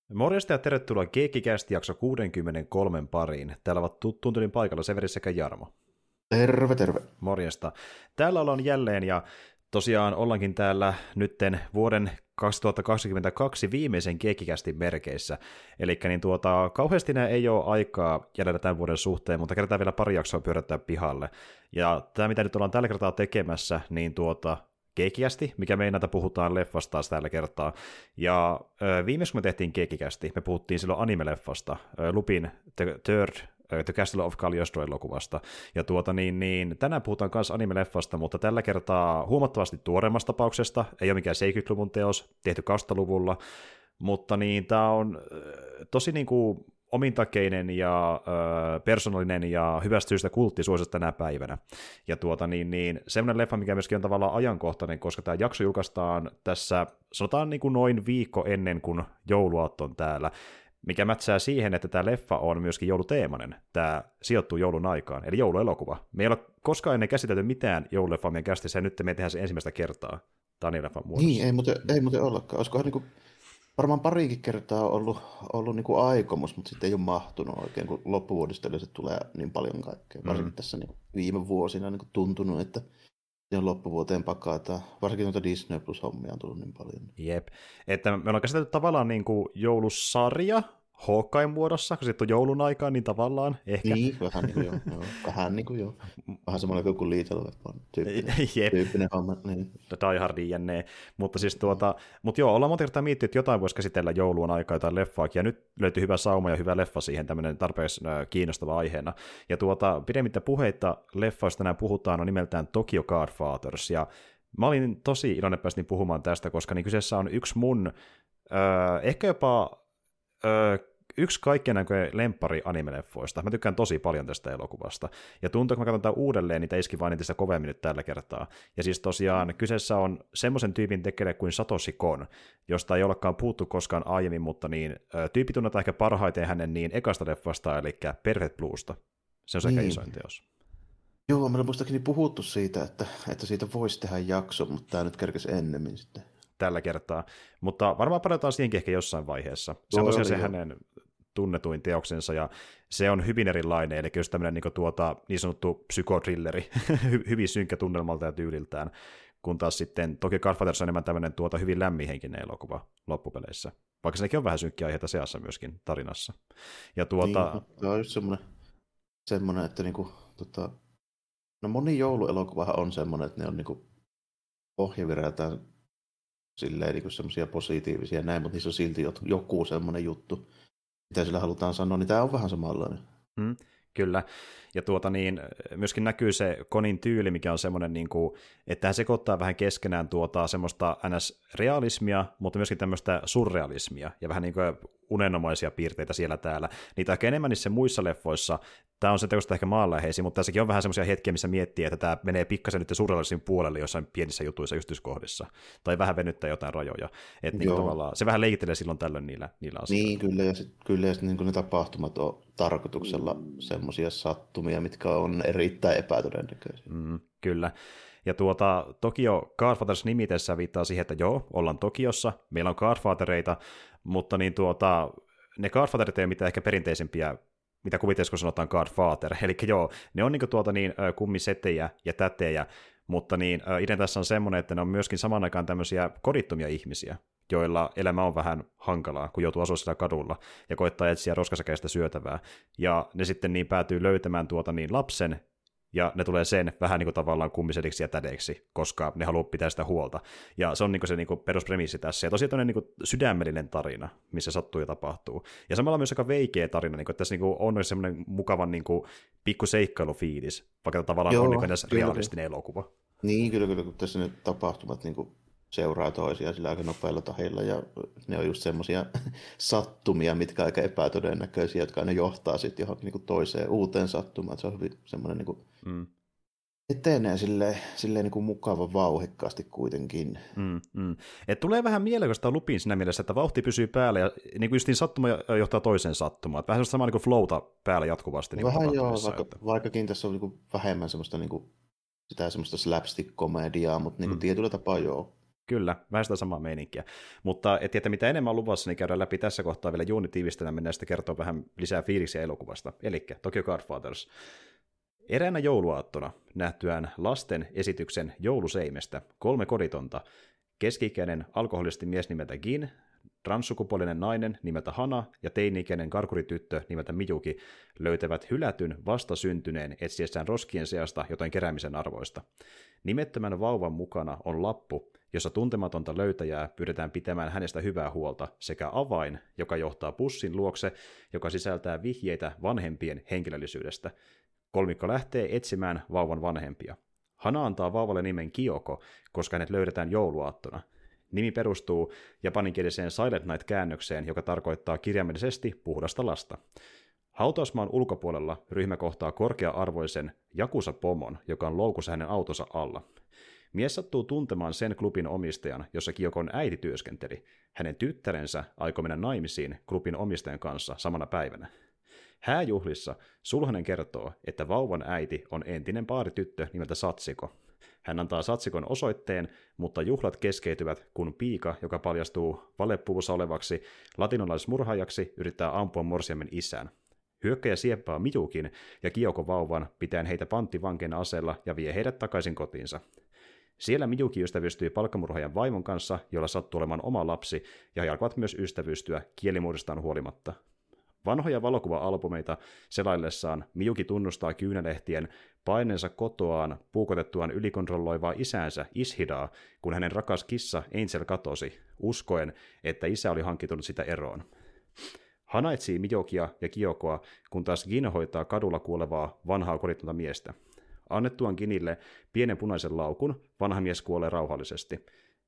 Morjesta ja tervetuloa Geekkikästi jakso 63 pariin. Täällä ovat tuntunin paikalla Severi sekä Jarmo. Terve, terve. Morjesta. Täällä ollaan jälleen ja tosiaan ollaankin täällä nytten vuoden 2022 viimeisen Geekkikästin merkeissä. Eli niin kauheasti ei ole aikaa jäljellä tämän vuoden suhteen, mutta kerätään vielä pari jaksoa pyörättää pihalle. Ja tämä, mitä nyt ollaan tällä kertaa tekemässä, niin Geekkikästi, mikä meinaa, puhutaan leffasta taas tällä kertaa. Ja viimeksi kun me tehtiin Geekkikästi, me puhuttiin silloin anime-leffasta, Lupin The Castle of Cagliostro-elokuvasta. Ja tänään puhutaan myös anime-leffasta, mutta tällä kertaa huomattavasti tuoreemmasta tapauksesta, ei ole mikään 70-luvun teos, tehty 2000-luvulla, mutta tämä on tosi omintakeinen ja persoonallinen ja hyvästä syystä kulttisuosista tänä päivänä. Ja semmoinen leffa, mikä myöskin on tavallaan ajankohtainen, koska tämä jakso julkaistaan tässä, sanotaan noin viikko ennen kuin jouluaatto on täällä, mikä mätsää siihen, että tämä leffa on myöskin jouluteemainen. Tämä sijoittuu joulun aikaan, eli jouluelokuva. Me ei ole koskaan ennen käsitelty mitään joululeffaa meidän kästissä, ja nyt me tehdään se ensimmäistä kertaa Tani-leffan muodossa. Niin, ei muuten ollakaan. Olisikohan varmaan parikin kertaa ollut aikomus, mutta sitten ei ole mahtunut oikein, kun loppuvuodesta yleensä tulee niin paljon kaikkea. Varsinkin tässä viime vuosina tuntunut, että on loppuvuoteen pakataan. Varsinkin noita Disney Plus-hommia on tullut niin paljon. Jep. Että me ollaan käsitelty tavallaan joulusarja Hawkeye muodossa, kun sitten on joulun aikaa, niin tavallaan ehkä. Niin, vähän niin kuin joo. Vähän semmoinen kuin Little Weapon tyyppinen homma. Niin. Die Hardin jänne. Mutta siis mutta joo, ollaan monta kertaa miettinyt, että jotain voisi käsitellä joulun aikaa jotain leffaakin, ja nyt löytyi hyvä sauma ja hyvä leffa siihen, tämmöinen tarpeeksi kiinnostava aiheena. Ja pidemmittä puheita leffoista tänään puhutaan on nimeltään Tokyo Godfathers, ja mä olin tosi iloinen päästä puhumaan tästä, koska kyseessä on yksi mun, ehkä jopa yksi kaikkien näköinen lemppari anime-leffoista. Mä tykkään tosi paljon tästä elokuvasta. Ja tuntuu, kun mä katson uudelleen, niitä iski vain entistä kovemmin nyt tällä kertaa. Ja siis tosiaan kyseessä on semmoisen tyypin tekele kuin Satoshi Kon, josta ei olekaan puhuttu koskaan aiemmin, mutta tyyppi tunnetaan ehkä parhaiten hänen ekasta leffasta, eli Perfect Bluesta. Se on sekä isoin teos. Joo, meillä on muistaakseni puhuttu siitä, että siitä voisi tehdä jakso, mutta tämä nyt kerkesi ennemmin sitten. Tällä kertaa, mutta varmaan palataan siihenkin ehkä jossain vaiheessa. Se on tosiaan se hänen tunnetuin teoksensa, ja se on hyvin erilainen, eli just tämmöinen niin sanottu psykotrilleri, hyvin synkkä tunnelmalta ja tyyliltään, kun taas sitten toki Godfathers on enemmän tämmöinen hyvin lämminhenkinen elokuva loppupeleissä, vaikka sekin on vähän synkkiä aiheita seassa myöskin tarinassa. Ja niin, tämä on just semmoinen että no moni jouluelokuvahan on semmoinen, että ne on pohjavirältään silleen semmoisia positiivisia näin, mutta niissä on silti joku semmoinen juttu, mitä sillä halutaan sanoa, niin tämä on vähän samanlainen. Kyllä, ja myöskin näkyy se Konin tyyli, mikä on semmoinen, että hän sekoittaa vähän keskenään semmoista NS-realismia, mutta myöskin tämmöistä surrealismia, ja vähän unenomaisia piirteitä siellä täällä. Niitä ehkä enemmän niissä muissa leffoissa, tämä on se teosta ehkä maanläheisiä, mutta tässäkin on vähän semmoisia hetkiä, missä miettii, että tämä menee pikkasen nyt surrealisin puolelle jossain pienissä jutuissa yksityiskohdissa, tai vähän venyttää jotain rajoja. Että tavallaan, se vähän leikittelee silloin tällöin niillä asioilla. Niin, kyllä, ja sitten ne tapahtumat on tarkoituksella semmoisia sattumia, mitkä on erittäin epätodennäköisiä. Kyllä. Ja Tokyo Godfathers nimitessä viittaa siihen, että joo, ollaan Tokiossa, meillä on Godfathereita, mutta ne Godfatherit ei ole mitään ehkä perinteisempiä, mitä kuvitteessa kun sanotaan Godfather, eli joo, ne on kummisetejä ja tätejä, mutta idea tässä on semmoinen, että ne on myöskin saman aikaan tämmöisiä kodittomia ihmisiä, joilla elämä on vähän hankalaa, kun joutuu asua siellä kadulla ja koittaa etsiä roskasäkeistä syötävää. Ja ne sitten päätyy löytämään lapsen, ja ne tulee sen vähän tavallaan kummisediksi ja tädeiksi, koska ne haluaa pitää sitä huolta. Ja se on se peruspremissi tässä. Ja tosiaan tämmöinen sydämellinen tarina, missä sattuu ja tapahtuu. Ja samalla myös aika veikeä tarina, että tässä on semmoinen mukavan pikku seikkailufiilis, vaikka tavallaan on edes realistinen elokuva. Niin, kyllä, kun tässä ne tapahtumat seuraa toisiaan sillä aika nopealla tahilla, ja ne on just semmoisia sattumia, mitkä on aika epätodennäköisiä, jotka ne johtaa sitten johonkin toiseen uuteen sattumaan. Se on hyvin semmoinen etenee silleen mukava vauhikkaasti kuitenkin. Et tulee vähän mielekästä Lupin siinä mielessä, että vauhti pysyy päällä ja justiin sattuma johtaa toiseen sattumaan. Vähän sellaista samaa flowta päällä jatkuvasti. Vähän joo, vaikkakin tässä on vähemmän semmoista sitä semmoista slapstick-komediaa, mutta tietyllä tapaa joo. Kyllä, vähän sitä samaa meininkiä. Mutta et tiedä, mitä enemmän on luvassa, niin käydään läpi tässä kohtaa vielä juonitiivistelmä, ja sitten kertoo vähän lisää fiiliksiä elokuvasta. Elikkä Tokyo Godfathers. Eräänä jouluaattona nähtyään lasten esityksen Jouluseimestä 3 koditonta, keski-ikäinen alkoholisti mies nimeltä Gin, transsukupuolinen nainen nimeltä Hana ja teini-ikäinen karkurityttö nimeltä Miyuki löytävät hylätyn vastasyntyneen etsiessään roskien seasta jotain keräämisen arvoista. Nimettömän vauvan mukana on lappu, jossa tuntematonta löytäjää pyydetään pitämään hänestä hyvää huolta, sekä avain, joka johtaa pussin luokse, joka sisältää vihjeitä vanhempien henkilöllisyydestä. Kolmikko lähtee etsimään vauvan vanhempia. Hana antaa vauvalle nimen Kyoko, koska hänet löydetään jouluaattona. Nimi perustuu japaninkieliseen Silent Night-käännökseen, joka tarkoittaa kirjaimellisesti puhdasta lasta. Hautausmaan ulkopuolella ryhmä kohtaa korkea-arvoisen Jakusa-pomon, joka on loukussa hänen autonsa alla. Mies sattuu tuntemaan sen klubin omistajan, jossa Kyokon äiti työskenteli. Hänen tyttärensä aikoi mennä naimisiin klubin omistajan kanssa samana päivänä. Hääjuhlissa sulhanen kertoo, että vauvan äiti on entinen baarityttö nimeltä Satsiko. Hän antaa Satsikon osoitteen, mutta juhlat keskeytyvät, kun piika, joka paljastuu valepuvussa olevaksi latinalaismurhaajaksi, yrittää ampua morsiamen isän. Hyökkäjä sieppaa Miyukin ja Kyoko vauvan pitäen heitä panttivankeina aseella ja vie heidät takaisin kotiinsa. Siellä Miyuki ystävystyy palkkamurhaajan vaimon kanssa, jolla sattuu olemaan oma lapsi, ja he alkavat myös ystävystyä kielimuodostaan huolimatta. Vanhoja valokuva-albumeita selaillessaan Miyuki tunnustaa kyynälehtien paineensa kotoaan puukotettuaan ylikontrolloivaa isäänsä Ishidaa, kun hänen rakas kissa Angel katosi, uskoen, että isä oli hankkitunut sitä eroon. Hana etsii Miyukia ja Kyokoa, kun taas Gin hoitaa kadulla kuolevaa vanhaa koditonta miestä. Annettuaan Ginille pienen punaisen laukun, vanha mies kuolee rauhallisesti.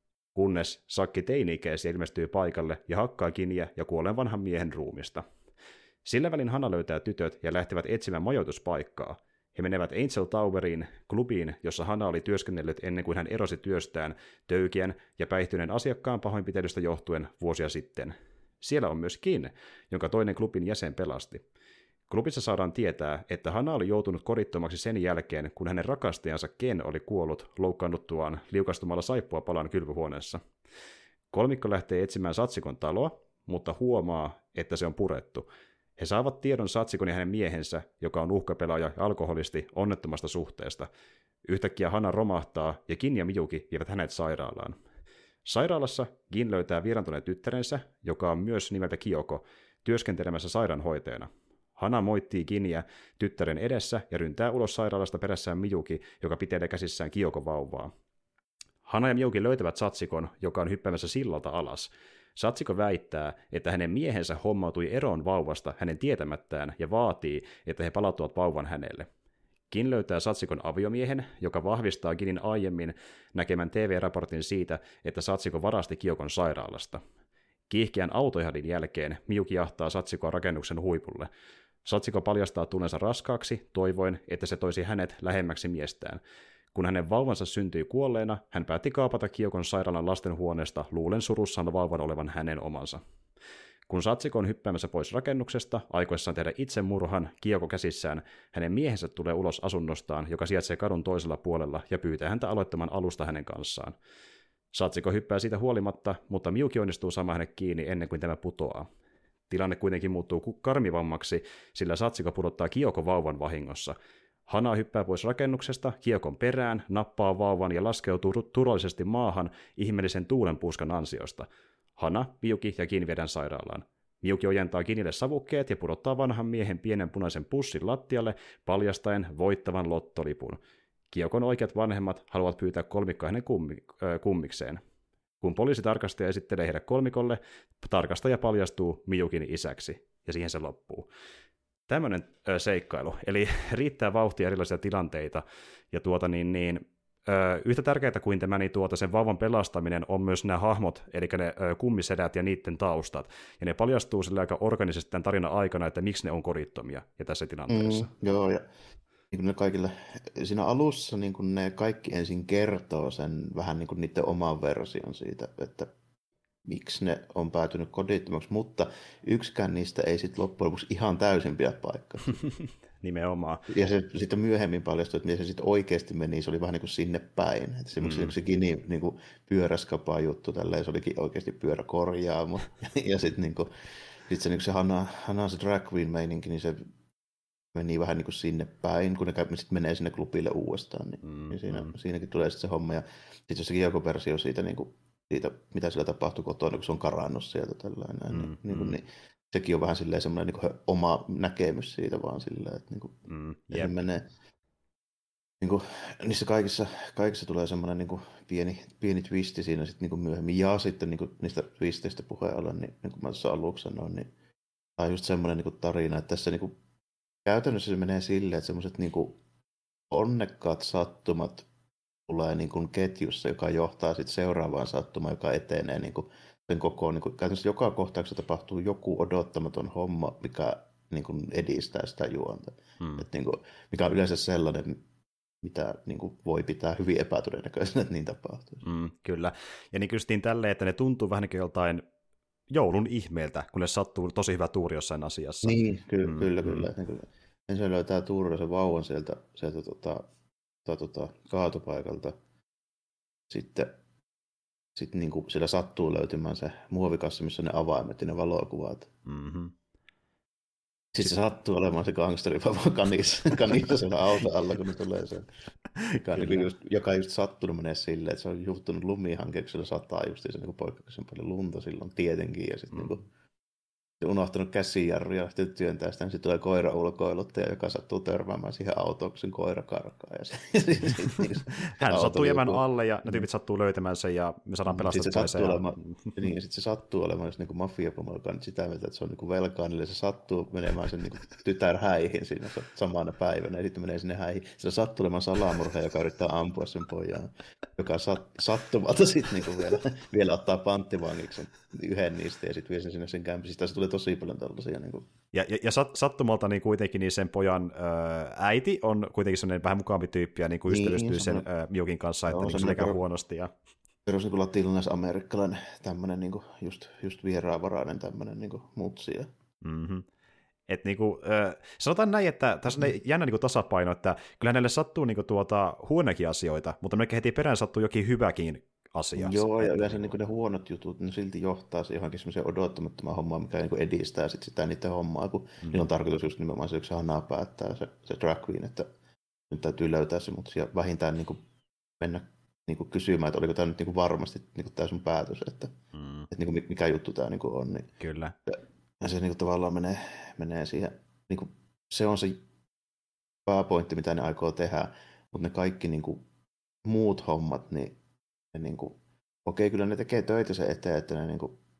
Kunnes sakki teini-ikäisiä ilmestyy paikalle ja hakkaa Giniä ja kuoleen vanhan miehen ruumista. Sillä välin Hana löytää tytöt ja lähtevät etsimään majoituspaikkaa. He menevät Angel Toweriin, klubiin, jossa Hana oli työskennellyt ennen kuin hän erosi työstään töykeän ja päihtyneen asiakkaan pahoinpitelystä johtuen vuosia sitten. Siellä on myös Gin, jonka toinen klubin jäsen pelasti. Klubissa saadaan tietää, että Hana oli joutunut kodittomaksi sen jälkeen, kun hänen rakastajansa Ken oli kuollut loukkaannuttuaan liukastumalla saippua palan kylpyhuoneessa. Kolmikko lähtee etsimään Satsikon taloa, mutta huomaa, että se on purettu. He saavat tiedon Satsikon ja hänen miehensä, joka on uhkapelaaja ja alkoholisti, onnettomasta suhteesta. Yhtäkkiä Hana romahtaa ja Gin ja Miyuki vievät hänet sairaalaan. Sairaalassa Gin löytää vieraantuneen tyttärensä, joka on myös nimeltä Kyoko, työskentelemässä sairaanhoitajana. Hana moittii Giniä tyttären edessä ja ryntää ulos sairaalasta perässään Miyuki, joka pitelee käsissään Kyoko vauvaa. Hana ja Miyuki löytävät Satsikon, joka on hyppäämässä sillalta alas. Satsiko väittää, että hänen miehensä hommautui eroon vauvasta hänen tietämättään ja vaatii, että he palauttavat vauvan hänelle. Gin löytää Satsikon aviomiehen, joka vahvistaa Ginin aiemmin näkemän TV-raportin siitä, että Satsiko varasti Kyokon sairaalasta. Kiihkeän autoihdin jälkeen Miyuki jahtaa Satsikoa rakennuksen huipulle. Satsiko paljastaa tulleensa raskaaksi, toivoen, että se toisi hänet lähemmäksi miestään. Kun hänen vauvansa syntyi kuolleena, hän päätti kaapata Kyokon sairaalan lastenhuoneesta luulen surussaan vauvan olevan hänen omansa. Kun Satsiko on hyppäämässä pois rakennuksesta, aikoissaan tehdä itsemurhan Kyoko käsissään, hänen miehensä tulee ulos asunnostaan, joka sijaitsee kadun toisella puolella, ja pyytää häntä aloittamaan alusta hänen kanssaan. Satsiko hyppää siitä huolimatta, mutta Miyuki onnistuu saamaan hänet kiinni ennen kuin tämä putoaa. Tilanne kuitenkin muuttuu karmivammaksi, sillä Satsiko pudottaa Kyoko vauvan vahingossa. Hana hyppää pois rakennuksesta Kyokon perään, nappaa vauvan ja laskeutuu turvallisesti maahan ihmeellisen tuulenpuuskan ansiosta. Hana, Miyuki ja Gin viedään sairaalaan. Miyuki ojentaa Ginille savukkeet ja pudottaa vanhan miehen pienen punaisen pussin lattialle, paljastaen voittavan lottolipun. Kyokon oikeat vanhemmat haluavat pyytää kolmikkoa hänen kummikseen. Kun poliisitarkastaja esittelee heidät kolmikolle, tarkastaja paljastuu Miyukin isäksi, ja siihen se loppuu. Tämmöinen seikkailu, eli riittää vauhtia erilaisia tilanteita, ja yhtä tärkeää kuin tämä, niin sen vauvan pelastaminen on myös nämä hahmot, eli ne kummisedät ja niiden taustat, ja ne paljastuu sillä aika organisesti tämän tarinan aikana, että miksi ne on kodittomia ja tässä tilanteessa. Joo, ja niin ne kaikille, siinä alussa niin kuin ne kaikki ensin kertoo sen vähän niin kuin niiden oman version siitä, että miksi ne on päätynyt kodittomaksi, mutta yksikään niistä ei sitten loppujen lopuksi ihan täysin pidä paikkaa. nimenomaan. Ja se sitten myöhemmin paljastui, että miten se sitten oikeasti meni, se oli vähän niin kuin sinne päin. Että se Gini niin kuin pyöräskapaa juttu, tälleen, se olikin oikeasti pyöräkorjaamo. Ja sitten niin sit se, niin se Hana se drag queen meininki, niin se meni vähän niin kuin sinne päin, kun ne sitten menee sinne klubille uudestaan, niin siinäkin tulee sitten se homma. Ja sitten jossakin joku versio siitä, niin kuin, siitä, mitä sillä tapahtui kotona, kun se on karannut sieltä tällainen, niin sekin on vähän silleen semmoinen niin oma näkemys siitä vaan silleen, että, niin kuin, se menee. Niin kuin, niissä kaikissa tulee semmoinen niin kuin pieni twisti siinä sitten niin kuin myöhemmin. Ja sitten niin kuin, niistä twisteistä puheen ollen, niin kuin mä tuossa aluksi sanoin, niin tämä on just semmoinen niin kuin tarina, että tässä niin kuin, käytännössä se menee silleen, että semmoiset niin kuin onnekkaat sattumat tulee niin kuin ketjussa, joka johtaa sitten seuraavaan sattumaan, joka etenee niin kuin sen koko, niin kuin, käytännössä joka kohtauksessa tapahtuu joku odottamaton homma, mikä niin kuin edistää sitä juonta. Että, niin kuin, mikä on yleensä sellainen, mitä niin kuin voi pitää hyvin epätodennäköisenä, että niin tapahtuu. Kyllä. Ja niin kysyttiin tälleen, että ne tuntuu vähän niin kuin joltain joulun ihmeeltä, kun ne sattuu tosi hyvä tuuri jossain asiassa. Niin, kyllä. Ensin löytää Tuuraisen vauvan sieltä kaatopaikalta. Sitten niin kuin siellä sattuu löytymään se muovikassa, missä on ne avaimet ja ne valokuvat. Sitten se sattuu olemaan se gangsterivauva kanissa siellä auton alla, kun ne tulee sen. Joka just sattunut menee silleen, että se on juhtunut lumihanke, kun siellä sataa just se niin poikkeuksellisen paljon lunta silloin tietenkin. Ja sitten unohtanut käsijarru ja sitten työntää sitä, niin sitten tulee koira ulkoiluttaja, joka sattuu törmäämään siihen autoon, kun sen koira karkaa. Hän sattuu jäämään alle ja ne tyypit sattuu löytämään sen ja me saadaan pelastettua sen. Niin, sitten se sattuu olemaan just niin mafiapomo, joka on nyt sitä mieltä, että se on niin velkaanille, ja se sattuu menemään sen niin tytär häihin siinä samana päivänä, ja sitten menee sinne häihin. Se sattuu olemaan salamurha, joka yrittää ampua sen pojan, joka sattumalta sitten niin vielä ottaa panttivangiksi yhden niistä, ja sitten vie sen sinne sen kämpiin. Tässä tulee tosi paljon tällaisia. Niin kuin. Ja sattumalta niin kuitenkin niin sen pojan äiti on kuitenkin sellainen vähän mukavampi tyyppi ja niin kuin ystävystyy sen Miukin kanssa, että niin se käy huonosti. Ja perus niin latinalais-amerikkalainen tämmöinen niin kuin just vieraanvarainen tämmöinen niin kuin mutsi. Et niinku, sanotaan näin, että tässä on jännä niinku tasapaino, että kyllä näille sattuu niinku huonekin asioita, mutta melkein heti perään sattuu jokin hyväkin asia. Joo, ja yleensä niin ne huonot jutut, ne silti johtaa se johonkin semmoiseen odottamattomaan hommaan, mikä niin edistää sitä niiden hommaa, kun niillä on tarkoitus just nimenomaan se, yksi Hana päättää se drag queen, että nyt täytyy löytää se, mutta vähintään niin mennä niin kysymään, että oliko tämä nyt niin varmasti niin tämä sun päätös, että niin mikä juttu tämä niin on. Niin, kyllä. Ja se niin tavallaan menee siihen, niin se on se pääpointti, mitä ne aikoo tehdä, mutta ne kaikki niin muut hommat, niin okei, kyllä ne tekee töitä se eteen, että ne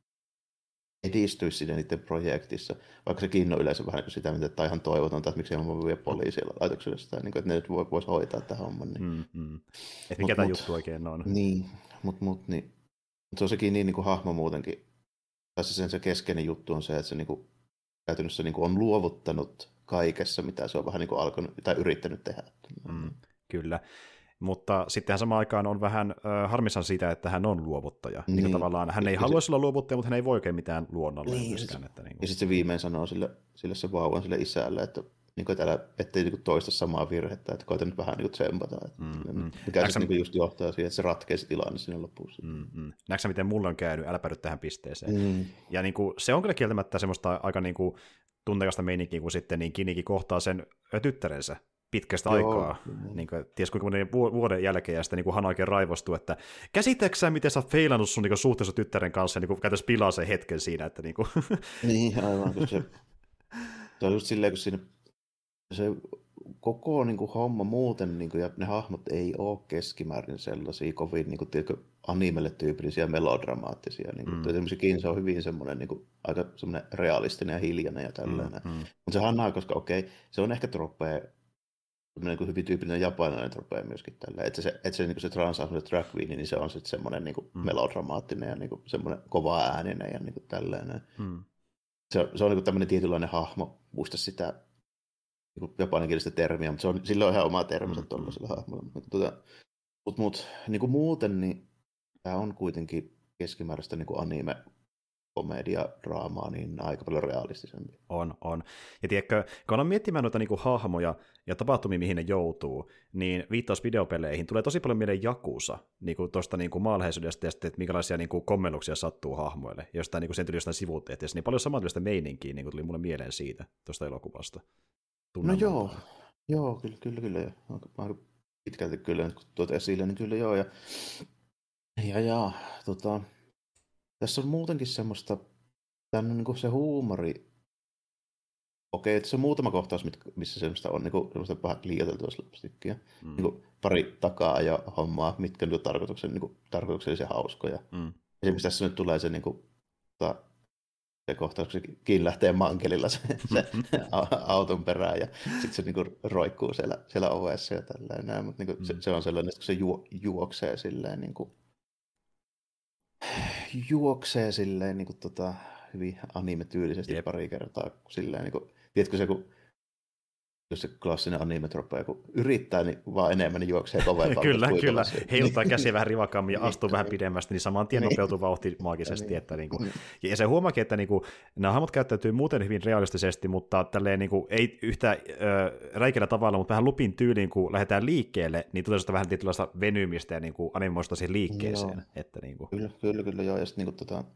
edistyisi siinä niiden projektissa, vaikka sekin on yleensä vähän sitä, mitä tämä ihan toivotonta, että miksei mä vie poliisilla laitokselle sitä, että ne nyt voisi hoitaa tähän homman. Niin. Että mikä tämä juttu oikein on. Niin, mutta se on sekin niin hahmo muutenkin. Tai se keskeinen juttu on se, että se käytännössä on luovuttanut kaikessa, mitä se on vähän alkanut tai yrittänyt tehdä. Kyllä. Mutta sittenhän samaan aikaan on vähän harmissaan siitä, että hän on luovuttaja. Niin tavallaan hän ei haluaisi olla luovuttaja, mutta hän ei voi oikein mitään luonnolla. Niin, ja sitten se viimein sanoo sille se vauvan sille isälle, että ettei toista samaa virhettä, että koita nyt vähän tsempata. Mikä sitten just johtaa siihen, että se ratkeaa se tilanne sinne lopussa. Näetkö miten mulle on käynyt? Älä päädy tähän pisteeseen. Ja se on kyllä kieltämättä semmoista aika tunteikasta meininkiä, kun sitten Kinikin kohtaa sen tyttärensä pitkästä aikaa, ties kuinka monen vuoden jälkeen, ja sitten Hana oikein raivostuu, että käsittääksä, miten sä oot feilannut sun suhteessa tyttären kanssa, ja käytäisiin pilaa sen hetken siinä, että Niin, aivan, kun se on just silleen, kun siinä se koko homma muuten, ja ne hahmot ei ole keskimäärin sellaisia kovin animelle tyypillisiä melodramaattisia. Tämmöisikin se on hyvin semmoinen aika semmoinen realistinen ja hiljainen ja tällainen. Mutta se Hana, koska se on ehkä tropea, hyvin tyypillinen japanilainen tropea myöskin tällä. Että se transhahmo, se drag queen, niin se on sitten semmoinen melodramaattinen ja semmoinen kova ääninen ja tällainen. Se on tämmöinen tietynlainen hahmo, muista sitä japaninkielistä termiä, mutta sillä on ihan oma terminsä tuollaisella hahmolla. Mutta muuten niin tämä on kuitenkin keskimääräistä anime komediadraamaa, niin aika paljon realistisempi. On. Ja tiedätkö, kun on miettimään noita niinku hahmoja ja tapahtumia, mihin ne joutuu, niin viittaus videopeleihin tulee tosi paljon mieleen Jakusa, niinku tuosta niinku maanläheisyydestä ja sitten, että minkälaisia niinku kommelluksia sattuu hahmoille, jostain niinku sen tuli jostain sivuteetteessä, niin paljon samanlaista meininkiä niinku tuli mulle mieleen siitä, tuosta elokuvasta. No joo, kyllä. Ja aika pitkälti kyllä, nyt kun tuot esille, niin kyllä joo. Tässä on muutenkin semmoista, niin se huumori. Okei, että se on muutama kohtaus, missä semmoista on niin semmoista vähän liioiteltua slapstickia. Niin pari takaa ja hommaa, mitkä on tarkoituksellisia hauskoja. Esimerkiksi tässä nyt tulee se, se kohtaus, kun se kiinni lähtee mankelilla se auton perään ja sitten se roikkuu siellä ovessa ja tällainen. Mutta se on sellainen, että se juoksee silleen hyvin anime-tyylisesti pari kertaa. Silleen, tiedätkö se, jos se klassinen anime-trope, kun yrittää niin vaan enemmän, niin juoksee kovempaa. Kyllä. Heiluttaa käsiä vähän rivakammin ja astuu vähän pidemmästi, niin saman tien nopeutuu vauhti maagisesti. Että, ja se huomaakin, että nämä hahmot käyttäytyy muuten hyvin realistisesti, mutta tälleen, ei yhtä räikeällä tavalla, mutta vähän lupin tyyliin, kun lähdetään liikkeelle, niin tulee sitä vähän tietynlaista venymistä ja animoista siihen liikkeeseen. Joo. Että, Kyllä, joo. Ja sitten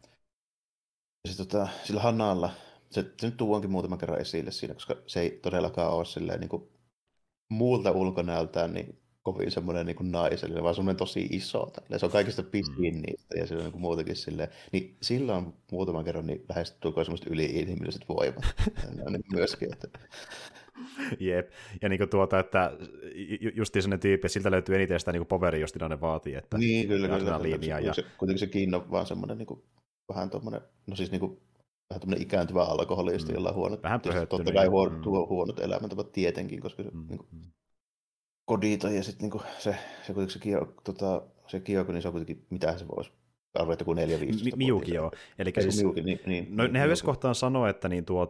sillä Hanalla, se nyt tuonkin muutaman kerran esille siinä, koska se ei todellakaan ole silleen muulta ulkonäöltään niin kovin semmoinen naisellinen, vaan semmoinen tosi iso. Tälleen. Se on kaikista pisin niistä ja se on muutenkin silleen. Niin sillä on muutaman kerran niin lähestulko semmoiset yli-inhimilliset voimat. Myöskin. Että... Jep. Ja että justiin sellainen tyyppi, että siltä löytyy eniten sitä poveri, jos tilanne vaatii. Että niin, kyllä. Ja... Kuitenkin se Kiin on vaan semmoinen vähän tuommoinen, no siis vähän tämmöinen ikääntyvä alkoholisti, jolla on huonot, totta kai huonot elämäntavat tietenkin, koska se kodito ja sitten se kuitenkin se Kyoko, niin se on kuitenkin, mitä se voisi arvioida, joku 4-15. Miyuki, joo. Eli siis, nehän yhdessä kohtaan sanoo, että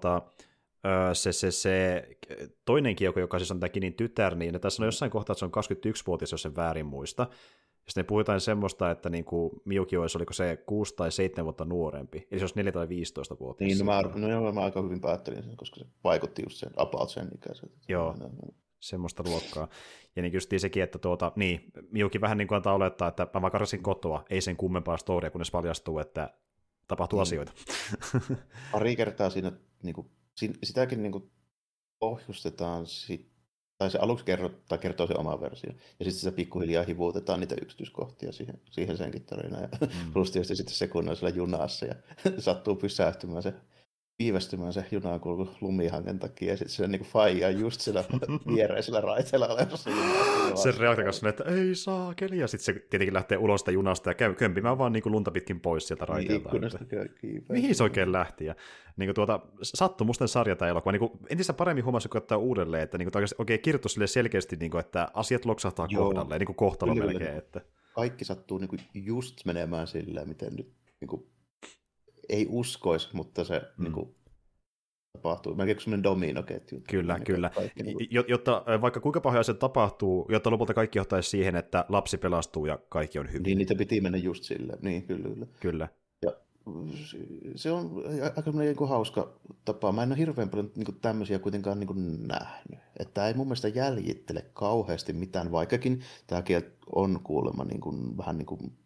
se toinen Kyoko, joka siis on tämä Kinin tytär, niin tässä on jossain kohtaa, että se on 21-vuotias, jos sen väärin muista. Ja sitten ne puhutaan semmoista, että Miyuki olisi, oliko se 6 tai 7 vuotta nuorempi, eli se olisi 4 tai 15 vuotta. Niin, mä aika hyvin päättelin sen, koska se vaikutti just sen about sen ikäiseltä. Joo, semmoista luokkaa. Ja justiin sekin, että Miyuki vähän antaa olettaa, että mä vaan karsin kotoa, ei sen kummempaa storia, kunnes paljastuu, että tapahtuu asioita. Pari kertaa siinä, sitäkin pohjustetaan tai se aluksi kertoo se oma versio, ja sitten se pikkuhiljaa hivuutetaan niitä yksityiskohtia siihen senkin tarinaan. Ja plus tietysti sitten se kun on siellä junassa ja sattuu viivästymään se junan kulku lumihangen takia, ja sitten se faijaa just siellä viereisellä raiteella olevassa junassa. Se reaktio kanssa, että ei saa keli, ja sitten se tietenkin lähtee ulos sitä junasta ja käy kömpimään vaan lunta pitkin pois sieltä raiteelta. Mihin se oikein lähti? Ja sattumusten sarja tämä elokuva. Entistä paremmin huomasi, kun ottaa uudelleen, että oikein kirjoittu sille selkeästi, että asiat loksahtaa kohdalleen, kohtalo melkein. Että... Kaikki sattuu just menemään silleen, miten nyt ei uskoisi, mutta se tapahtuu. Melkein kuin semmoinen dominoketju. Kyllä. Jotta vaikka kuinka pahoja se tapahtuu, jotta lopulta kaikki johtaisi siihen, että lapsi pelastuu ja kaikki on hyvin. Niin, niitä piti mennä just silleen. Niin, kyllä. Ja se on aika hauska tapa. Mä en ole hirveän paljon tämmöisiä kuitenkaan nähnyt. Että ei mun mielestä jäljittele kauheasti mitään, vaikkakin tämäkin on kuulemma vähän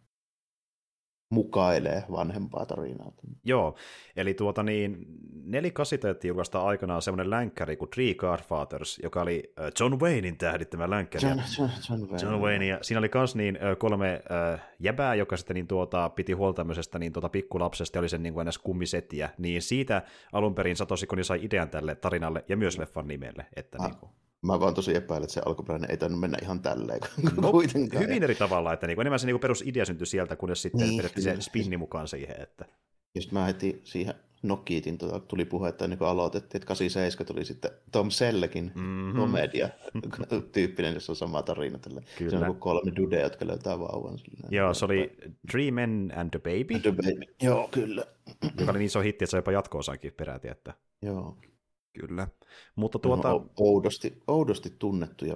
mukailee vanhempaa tarinaa. Joo, eli 4-8 julkaistaan aikanaan semmoinen länkkäri kuin Three Godfathers, joka oli John Waynein tähdittämä länkkäri. John Wayne, ja siinä oli myös 3 jäbää, joka sitten piti huolta tämmöisestä pikkulapsesta ja oli sen ns. Kummisetiä, niin siitä alun perin Satoshi Kon sai idean tälle tarinalle ja myös leffan nimelle. Että Mä vaan tosi epäilen, että se alkuperäinen ei tainnut mennä ihan tälleen kuitenkaan. Hyvin eri tavalla, että enemmän se perusidea syntyi sieltä, kunnes sitten vedettiin se spinni mukaan siihen. Että... Ja sitten mä heti siihen Nokiitin tuli puhe, että aloitettiin, että 87 tuli sitten Tom Sellekin komedia tyyppinen, jossa on sama tarina. Se on 3 dudea, jotka löytää vauvan. Joo, se oli Three Men and a Baby. Joo, kyllä. Joka oli niin iso hitti, että se on jopa jatko-osakin peräti. Että... Joo. Kyllä. Mutta oudosti tunnettu ja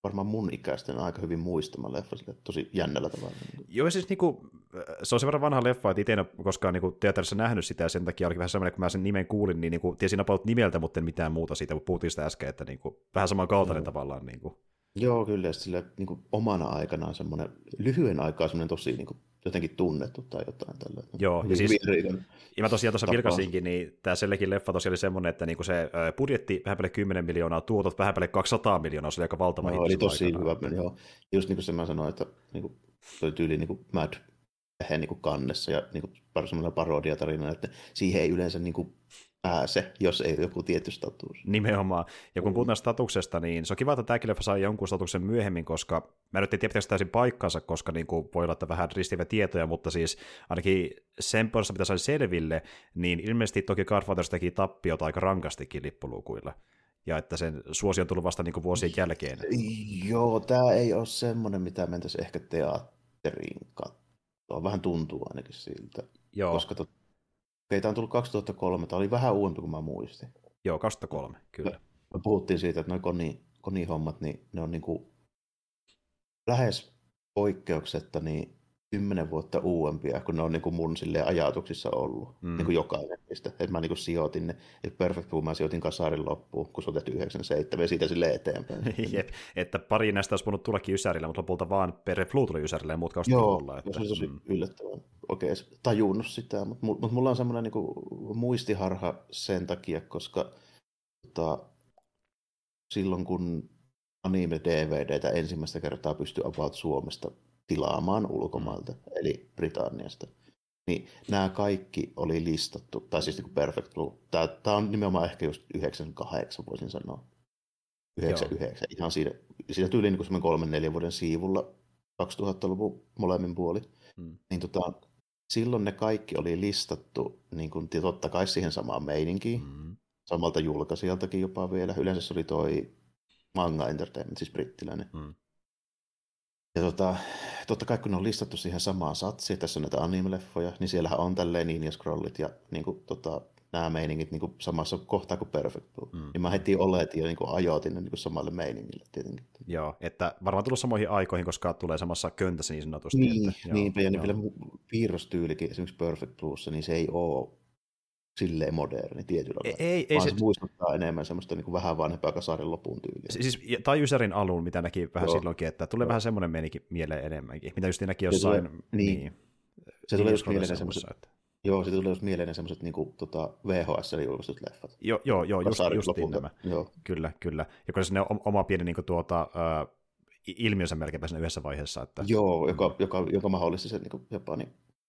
varmaan mun ikäisten aika hyvin muistama leffa sille tosi jännällä tavalla. Joo, siis niinku, se on sen verran vanha leffa, että itse en ole koskaan niinku teatterissa nähnyt sitä, ja sen takia olikin vähän semmoinen, kun mä sen nimen kuulin, niin niinku, tiesin about nimeltä, mutta en mitään muuta siitä, kun puhuttiin sitä äsken, että niinku, vähän samankaltainen tavallaan. Niinku. Joo, kyllä, ja sille niin omana aikanaan semmoinen, lyhyen aikaa semmoinen tosi niin kuin, jotenkin tunnettu tai jotain tällä. Joo, ja siis, ja mä tosiaan tuossa tapaus. Vilkasinkin, niin tämä sellekin leffa tosiaan oli semmoinen, että niinku se budjetti vähän päälle 10 miljoonaa, tuotot vähän päälle 200 miljoonaa, se oli aika valtava hitto. Oli tosi hyvä, joo. Just niin kuin se mä sanoin, että niin kuin, se oli tyyli niin kuin Mad niin kuin kannessa, ja niin kuin, semmoinen parodiatarina, että siihen ei yleensä niin kuin, pääse, jos ei ole joku tietty status. Nimenomaan. Ja kun puhutaan statuksesta, niin se on kiva, että tämäkin leffa sai jonkun statuksen myöhemmin, koska mä nyt en tiedä, pitäisi täysin paikkansa, koska niin kuin voi olla vähän ristiviä tietoja, mutta siis ainakin sen puolesta, mitä sai selville, niin ilmeisesti toki Godfathers teki tappiota aika rankastikin lippulukuilla. Ja että sen suosio on tullut vasta niin kuin vuosien jälkeen. Joo, tämä ei ole semmoinen, mitä mentäisiin ehkä teatteriin katsoa. Vähän tuntuu ainakin siltä. Joo. Koska tämä on tullut 2003, tämä oli vähän uudempi kuin mä muistin. Joo, 2003, kyllä. Me puhuttiin siitä, että nuo Koni-hommat, niin ne on niin kuin lähes poikkeuksetta niin 10 vuotta uudempia, kun ne on niin kuin mun silleen ajatuksissa ollut. Niin kuin jokainen niistä. Että mä niin kuin sijoitin ne. Perfect Blue mä sijoitin kasarin loppuun, kun se on tehty 97 ja siitä silleen eteenpäin. Jep, että pari näistä olisi voinut tullakin Ysärillä, mutta lopulta vaan Perfect Blue tuli Ysärille ja muut kaustat olla. Joo, se on tosi yllättävän. Okei, tajunnut sitä, mutta mulla on semmoinen niin kuin muistiharha sen takia, koska silloin kun anime-DVDtä ensimmäistä kertaa pystyi about Suomesta tilaamaan ulkomailta, eli Britanniasta, niin nämä kaikki oli listattu, tai siis niin kuin Perfect Blue. Tämä on nimenomaan ehkä just 98, voisin sanoa. 99, ihan siinä tyyliin niin kuin 3-4 vuoden siivulla 2000-luvun molemmin puoli. Niin silloin ne kaikki oli listattu niin kuin, totta kai siihen samaan meininkiin, samalta julkaisijaltakin jopa vielä. Yleensä se oli toi Manga Entertainment, siis brittiläinen. Ja totta kai kun ne on listattu siihen samaan satsiin, tässä on näitä anime-leffoja, niin siellähän on tälleen ninja-scrollit ja niin kuin, nämä meiningit niin kuin samassa kohtaa kuin Perfect Blue. Niin mä heti oletin ja niin kuin ajoitin ne niin kuin samalle meiningille tietenkin. Joo, että varmaan tullut samoihin aikoihin, koska tulee samassa köntässä niin sanotusti. Niinpä, ja vielä piirrostyylikin esimerkiksi Perfect Bluessa, niin se ei ole silleen moderni tietyllä lailla. Vaan se muistuttaa enemmän semmoista niin kuin vähän vanhempaa kasarin lopun tyyliä. Siis, tai Ysärin alun, mitä näki vähän silloinkin, että tulee vähän semmoinen meininki mieleen enemmänkin, mitä just näki jossain... Se tulee just mieleen semmoiset... Joo, se tulee just mieleen semmoiset niinku, VHS eli julkaistut leffat. Joo, justiin nämä. Joo. Kyllä. Ja kun se on oma pieni niinku, ilmiönsä melkeinpä siinä yhdessä vaiheessa. Että... Joo, joka mahdollisti sen niinku, Japanin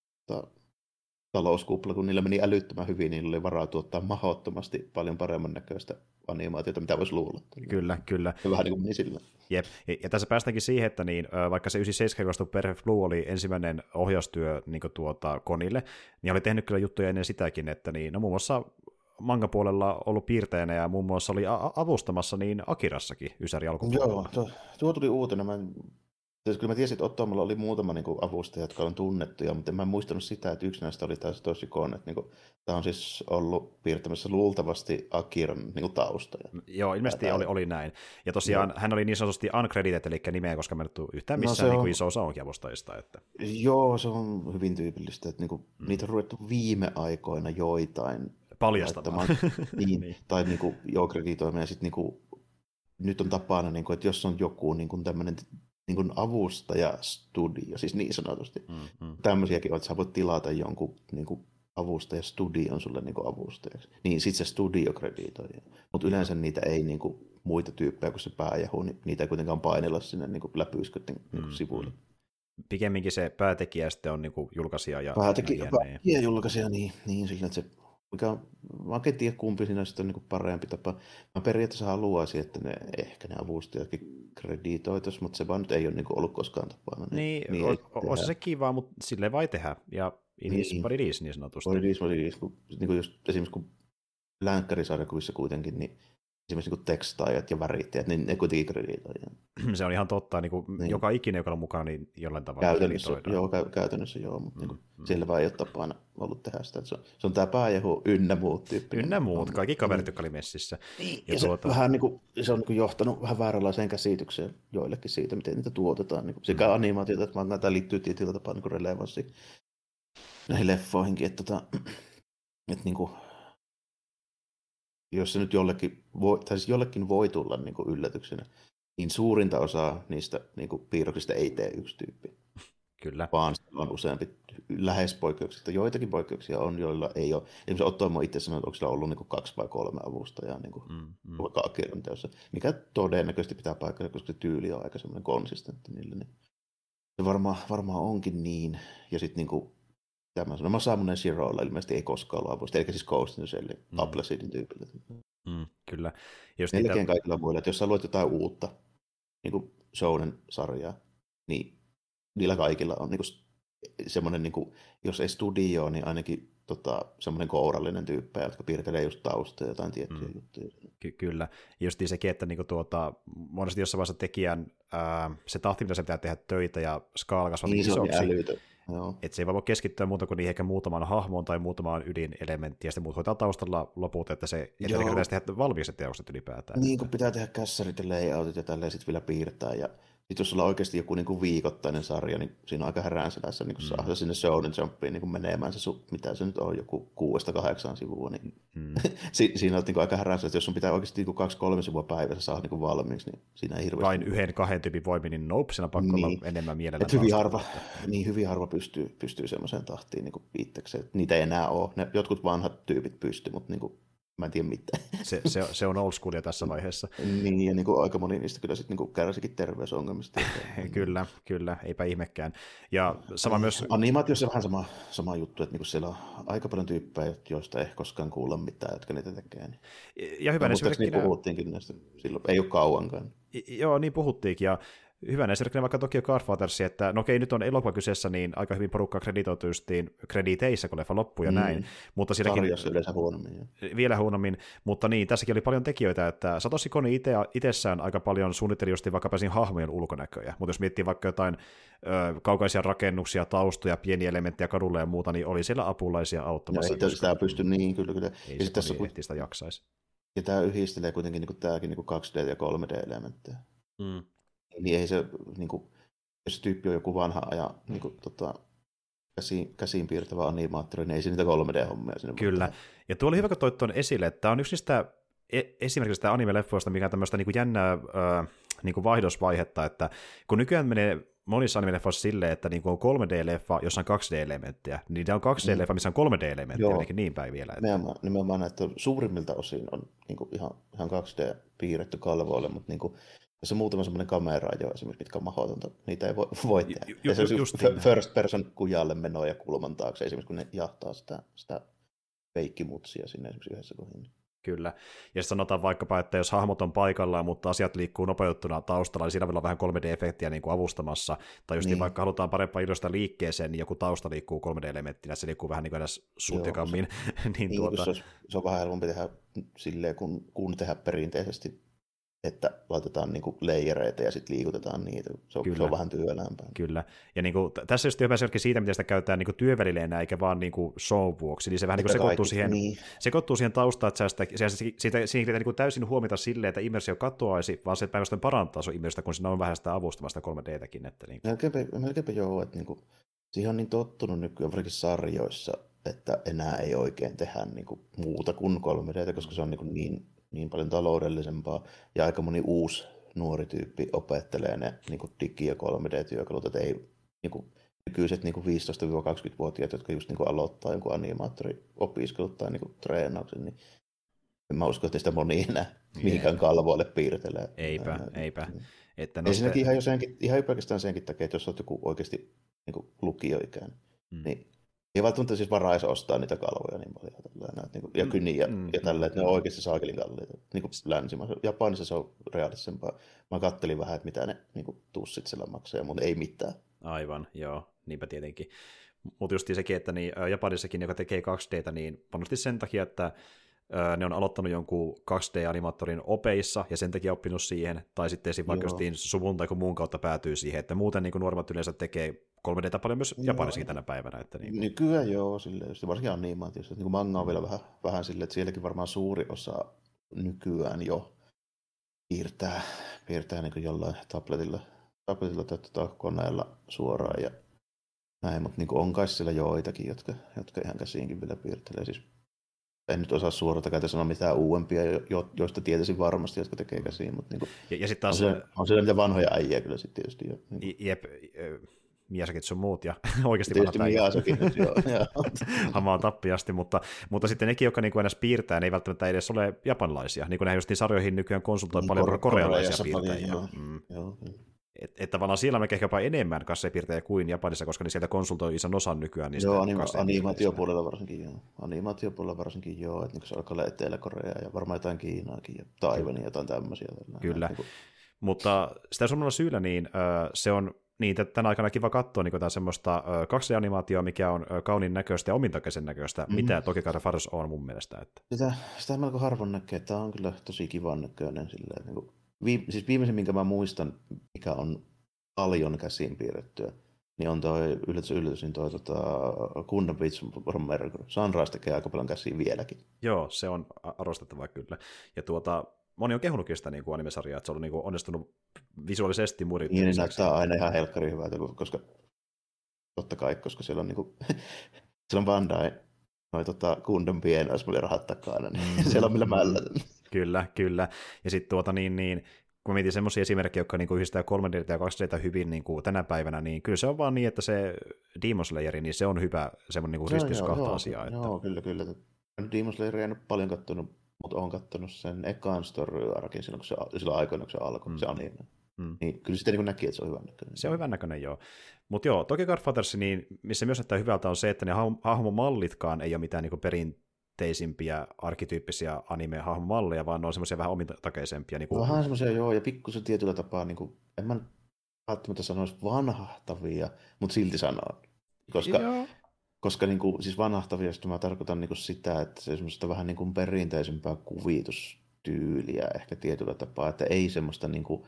talouskupla, kun niillä meni älyttömän hyvin, niin oli varaa tuottaa mahdottomasti paljon paremman näköistä animaatiota, mitä voisi luulla. Kyllä. Ja vähän niin kuin meni sillä. Jep, ja tässä päästäänkin siihen, että niin, vaikka se 97 julkaistu Perfect Blue oli ensimmäinen ohjaustyö niin Konille, niin oli tehnyt kyllä juttuja ennen sitäkin, että niin, no muun muassa manga-puolella ollut piirtäjänä ja muun muassa oli avustamassa niin Akirassakin Ysäri alkupuolella. Joo, tuo tuli uutena. Kyllä mä tiesin, että Ottomolla oli muutama niin kuin avustaja, jotka on tunnettuja, mutta en mä muistanut sitä, että yksi näistä oli taas tosi Kon. Niin tämä on siis ollut piirtämässä luultavasti Akiran niin kuin taustoja. Joo, ilmeisesti oli näin. Ja tosiaan hän oli niin sanotusti uncredited, eli nimeä, koska mä en ole yhtään missään niin kuin iso osa onkin avustajista. Että... Joo, se on hyvin tyypillistä, että niin kuin, niitä on ruvettu viime aikoina joitain paljastamaan. niin. Tai niin kuin, kreditoimaan. Ja sitten niin nyt on tapana, niin kuin, että jos on joku niin tämmöinen niin kuin avustajastudio, siis niin sanotusti. Tämmöisiäkin on, että sä voit tilata jonkun niin kuin avustajastudion sulle niin kuin avustajaksi. Niin sit se studio kreditoi. Mutta yleensä niitä ei niin kuin, muita tyyppejä kuin se pääjahu, niin niitä ei kuitenkaan painella sinne niin läpyskötten niin sivuille. Pikemminkin se päätekijä sitten on niin kuin julkaisija ja... Päätekijä julkaisija, niin sillä, että se... Mä oikein tiedä, kumpi siinä on niin parempi tapa. Mä periaatteessa haluaisin, että ne avustajatkin kreditoitus, mutta se vaan nyt ei ole niin ollut koskaan tapana. Niin olisi se kiva, mutta silleen vai tehdä. Ja what it is, niin sanotusti. What it is. Niin kuin just esimerkiksi kun länkkärisarjakuvissa kuitenkin, niin esimerkiksi niin tekstaajat ja värittäjät, niin ne kuitenkin kreditoidaan. Se on ihan totta, niin. Joka ikinen, joka on mukana, niin jollain tavalla käytännössä joo, mutta niin selvä ei ole tapana ollut tehdä sitä. Se on tämä pääjehu ynnä muut tyyppinen. Ynnä muut, kaikki kaverit, jotka oli messissä. Ja se, vähän niin kuin, se on niin kuin johtanut vähän vääränlaiseen käsitykseen joillekin siitä, miten niitä tuotetaan. Niin sekä animaatiota, että tämä liittyy tietyllä tapaa niin relevanssi näihin leffoihinkin, että niin kuin, jos se nyt jollekin voi tulla niin kuin yllätyksenä, niin suurinta osaa niistä niin kuin piirroksista ei tee yksi tyyppi. Kyllä. Vaan on useampi lähes poikkeuksia. Joitakin poikkeuksia on, joilla ei ole. Esimerkiksi Ottoimo itse sanoi, että onko sillä ollut niin kuin 2 vai 3 avustajaa niin vaikka Akiran teossa, mikä todennäköisesti pitää paikkansa, koska se tyyli on aika semmoinen konsistentti niille. Niin se varmaan onkin niin. Ja sitten niin kuin tämä sanoo, Masamune Shiroilla ilmeisesti ei koskaan ollut avusta, eli siis Ghost in the Shellin, Appleseedin tyypillä. Kyllä. Melkein kaikilla muilla, että jos sä luet jotain uutta niin kuin Shounen-sarjaa, niin niillä kaikilla on niin kuin semmoinen, niin kuin, jos ei studio, niin ainakin semmoinen kourallinen tyyppi, jotka piirtelee just taustaa jotain tiettyjä juttuja. Kyllä. Justiin sekin, että niinku monesti jossain vaiheessa tekijän se tahti, mitä se pitää tehdä töitä ja skaala kasvaa niin isoksi. Että se ei voi keskittyä muuta kuin niihin ehkä muutamaan hahmoon tai muutamaan ydinelementtiin, ja sitten muut hoitaa taustalla loput, että se pitäisi tehdä valmiiksi teokset ylipäätään. Niin, kun pitää tehdä kässärit ja layoutit ja tälleen sitten vielä piirtää. Ja sitten jos sulla on oikeasti joku niin kuin viikoittainen sarja, niin siinä on aika häränselässä niin saada sinne Shonen Jumpiin niin menemään se, mitä se nyt on, joku 6-8 sivua. Niin siinä on niin aika häränselässä, jos sun pitää oikeasti niin 2-3 sivua päivässä saada niin valmiiksi, niin siinä ei hirveästi. Vain 1-2 tyypin voimin, niin nope, siinä on pakko olla enemmän mielellä. Hyvin harva pystyy semmoiseen tahtiin niin itsekseen. Niitä ei enää ole. Jotkut vanhat tyypit pystyy, mutta niin kuin mä en tiedä mitään. Se on old schoolia tässä vaiheessa. Niin, ja niin kuin aika moni niistä kyllä sitten niin kärsikin terveysongelmista. kyllä, eipä ihmekään. Ja sama myös animaatiossa on vähän sama juttu, että niin siellä on aika paljon tyyppejä, joista ei koskaan kuulla mitään, jotka niitä tekee. Niin. Ja hyvänä niin puhuttiinkin näistä silloin, ei ole kauankaan. Joo, niin puhuttiinkin, ja hyvänä esimerkkinä vaikka Tokyo Godfathers, että no okei, nyt on elokuva kyseessä, niin aika hyvin porukkaa kreditoitu justiin krediteissa, kun leffa loppui ja näin. Mutta siinäkin yleensä huonommin. Vielä huonommin, mutta niin, tässäkin oli paljon tekijöitä, että Satoshi Kon itsessään aika paljon suunnitteli justiin vaikka hahmojen ulkonäköjä, mutta jos miettii vaikka jotain kaukaisia rakennuksia, taustoja, pieniä elementtejä kadulle ja muuta, niin oli siellä apulaisia auttamassa. Ja sitä pysty, niin kyllä. Ei se sitä jaksaisi. Ja tämä yhdistelee kuitenkin niin tämäkin niin 2D- ja 3D-elementtejä. Niin ei se, niin kuin, jos tyyppi on joku vanha ajan niin kuin, käsiin piirtävä animaattori, niin ei se niitä 3D-hommia sinne. Kyllä, ja tuo oli hyvä, kun toit tuon esille, että tämä on yksi niistä esimerkiksi sitä anime-leffoista, mikä on tämmöistä niin kuin jännää niin kuin vaihdosvaihetta, että kun nykyään menee monissa anime-leffoissa silleen, että niin kuin on 3D-leffa, jossa on 2D-elementtejä, niin tämä on 2D-leffa, missä on 3D-elementtejä, ainakin niin päin vielä. Nimenomaan, että suurimmilta osin on niin kuin ihan 2D piirretty kalvoille, mutta niin kuin jos on muutama semmoinen kamera jo esimerkiksi, mitkä on mahdotonta, niitä ei voi tehdä. Ja se on first person kujalle menoa ja kulman taakse, esimerkiksi kun ne jahtaa sitä feikkimutsia sinne esimerkiksi yhdessä kohdassa. Kyllä. Ja sanotaan vaikkapa, että jos hahmot on paikallaan, mutta asiat liikkuu nopeuttuna taustalla, niin siinä voi olla vähän 3D-efektiä niin kuin avustamassa. Tai just vaikka halutaan parempaa ilosta liikkeeseen, niin joku tausta liikkuu 3D-elementtinä, se liikkuu vähän niin kuin edes suutjakammin. Se on vähän helpompi tehdä silleen, kun tehdä perinteisesti, että laitetaan niinku leijereitä ja sitten liikutetaan niitä. Se on vähän työlämpää. Kyllä. Ja niinku, tässä just hyvä esimerkki siitä, miten sitä käytetään niinku työvälineenä eikä vaan niinku show vuoksi. Niin se vähän niinku sekoittuu siihen taustaan, että siinä pitää niinku täysin huomita silleen, että immersio katoaisi, vaan se päinvastoin parantaa sun immersiota, kun siinä on vähän sitä avustamasta 3D-täkin. Että niinku. Melkeinpä joo, että niinku, siihen on niin tottunut nykyään varsinkin sarjoissa, että enää ei oikein tehdä niinku muuta kuin 3D, koska se on niin paljon taloudellisempaa, ja aika moni uusi nuori tyyppi opettelee ne niin digi- ja 3D-työkalut, että ei niin nykyiset niin 15-20-vuotiaat, jotka just niin aloittaa jonkun animaattoriopiskelut tai niin treenauksen, niin en mä usko, että sitä moni enää mihinkään kalvoille piirtelee. Eipä. Että ensinnäkin ihan pelkästään senkin takia, että jos olet joku oikeasti niin lukioikäinen, niin ei välttämättä siis varaisi ostaa niitä kalvoja niin paljon. Ja kyniä ja tälleen, että ne on oikeasti saakelin kalliita. Niin kuin länsimaissa. Japanissa se on realistisempaa. Mä kattelin vähän, että mitä ne niin kuin tussit siellä maksaa, mutta ei mitään. Aivan, joo. Niinpä tietenkin. Mutta just sekin, että niin, Japanissakin, joka tekee 2D:tä, niin panosti sen takia, että ne on aloittanut jonkun 2D-animaattorin opeissa ja sen takia oppinut siihen, tai sitten esim. Vaikka suvun tai muun kautta päätyy siihen, että muuten niin kuin nuoremmat yleensä tekee 3D:tä paljon myös Japanissakin tänä päivänä. Että niin. Nykyään joo, silleen, varsinkin animaatiossa, että niin manga on vielä vähän silleen, että sielläkin varmaan suuri osa nykyään jo piirtää niin kuin jollain tabletilla tai koneella suoraan ja näin, mutta niin on kai siellä joitakin, jotka ihan käsiinkin vielä piirtelee. Siis en nyt osaa suorata käytä sanoa mitään uudempia, joista tietäisin varmasti, jotka tekee käsiin, mutta niin ja sit taas on siellä niitä vanhoja äijä kyllä sitten tietysti. Jo, niin jep, Miyazakit sun muut ja oikeasti tietysti Miyazakin nyt joo. Hamaan tappiasti, mutta sitten nekin, jotka niin edes piirtää, ne ei välttämättä edes ole japanilaisia. Niin kuin ne just niin sarjoihin nykyään konsultoi paljon korealaisia piirtäjiä. Joo. Että tavallaan siellä on ehkä jopa enemmän kassepiirtejä kuin Japanissa, koska niin sieltä konsultoi ison osan nykyään niistä. Joo, animaatiopuolella varsinkin joo. Että niin se alkaa olla Etelä-Korea ja varmaan jotain Kiinaakin ja Taiwania ja jotain tämmöisiä. Kyllä, mutta sitä samalla syyllä niin se on niin, tänä aikana kiva katsoa niin jotain semmoista 2D-animaatioa, mikä on kauniin näköistä ja omintakeisen näköistä, mitä Tokyo Fighters on mun mielestä. Että. Sitä melko harvoin näkee, että tämä on kyllä tosi kivan näköinen. Silleen, niin kuin, siis viimeisen, minkä mä muistan, mikä on paljon käsiin piirrettyä, niin on toi yllätys, niin toi Gundam Beats from Mercury. Sunrise tekee aika paljon käsiin vieläkin. Joo, se on arvostettavaa kyllä. Ja moni on kehunutkin sitä niin animesarjaa, että se on niin kuin onnistunut visuaalisesti muodit. Niin näyttää aina ihan helkkari hyvältä, koska totta kai, koska siellä on, niin kuin, siellä on Bandai, Gundam pieni, olisi mulle rahat takana, niin siellä on millä mällätä. Kyllä. Ja sitten kun mietin semmoisia esimerkkejä, jotka niinku yhdistää 3D ja 2D hyvin niinku tänä päivänä, niin kyllä se on vaan niin, että se Demon Slayer, niin se on hyvä semmoinen niinku ristitys kahta asiaa. Joo, kyllä. Demon Slayer ei ole paljon kattonut, mutta olen kattonut sen ekan story-arkin silloin aikoina, kun se alkoi, se anime. Niin kyllä sitä niin näki, että se on hyvän näköinen. Se on hyvän näköinen, joo. Mutta joo, Tokyo Fighters, niin missä myös näyttää hyvältä on se, että ne hahmomallitkaan ei ole mitään niin perinteisimpiä arkkityyppisiä anime-hahmomalleja, vaan ne on semmoisia vähän omintakeisempia. Niin vähän semmoisia, joo, ja pikkusen tietyllä tapaa, niin kuin, en mä välttämättä sanoisi vanhahtavia, mutta silti sanon. Koska niin kuin, siis vanhahtavia, mä tarkoitan niin kuin sitä, että se semmoista vähän niin kuin perinteisempää kuvitustyyliä ehkä tietyllä tapaa, että ei semmoista niin kuin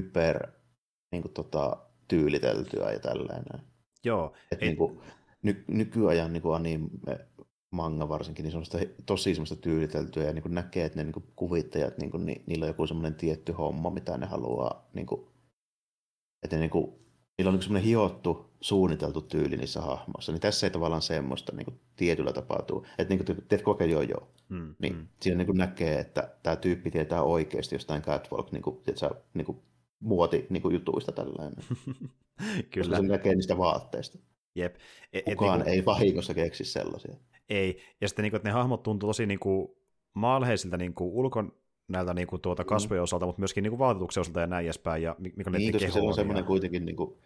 niin kuin tyyliteltyä ja tällainen. Joo. Että niin kuin, nykyajan niin kuin anime-manga varsinkin, niin se on tosi semmoista tyyliteltyä ja niin kuin näkee, että ne niin kuin kuvittajat, niin kuin, niillä on joku semmoinen tietty homma, mitä ne haluaa, niin kuin, että ne, niin kuin, niillä on niin semmoinen hiottu, suunniteltu tyyli niissä hahmoissa, niin tässä ei tavallaan semmoista niin kuin tietyllä tapahtuu. Että niin kuin teet kokea joo. Niin siinä niin kuin näkee, että tämä tyyppi tietää oikeasti jostain catwalk, niin kuin muoti niin kuin jutuista tällainen. Kyllä. Koska se näkee niistä vaatteista. Jep. Kukaan ei vahingossa keksi sellaisia. Ei. Ja sitten niin kuin, että ne hahmot tuntuu tosi niin kuin maalheisilta niin kuin näiltä niin kuin kasvojen osalta, mutta myöskin niin kuin vaatetuksen osalta ja näin edespäin. Ja mikä niin, koska siellä on semmoinen kuitenkin niin kuin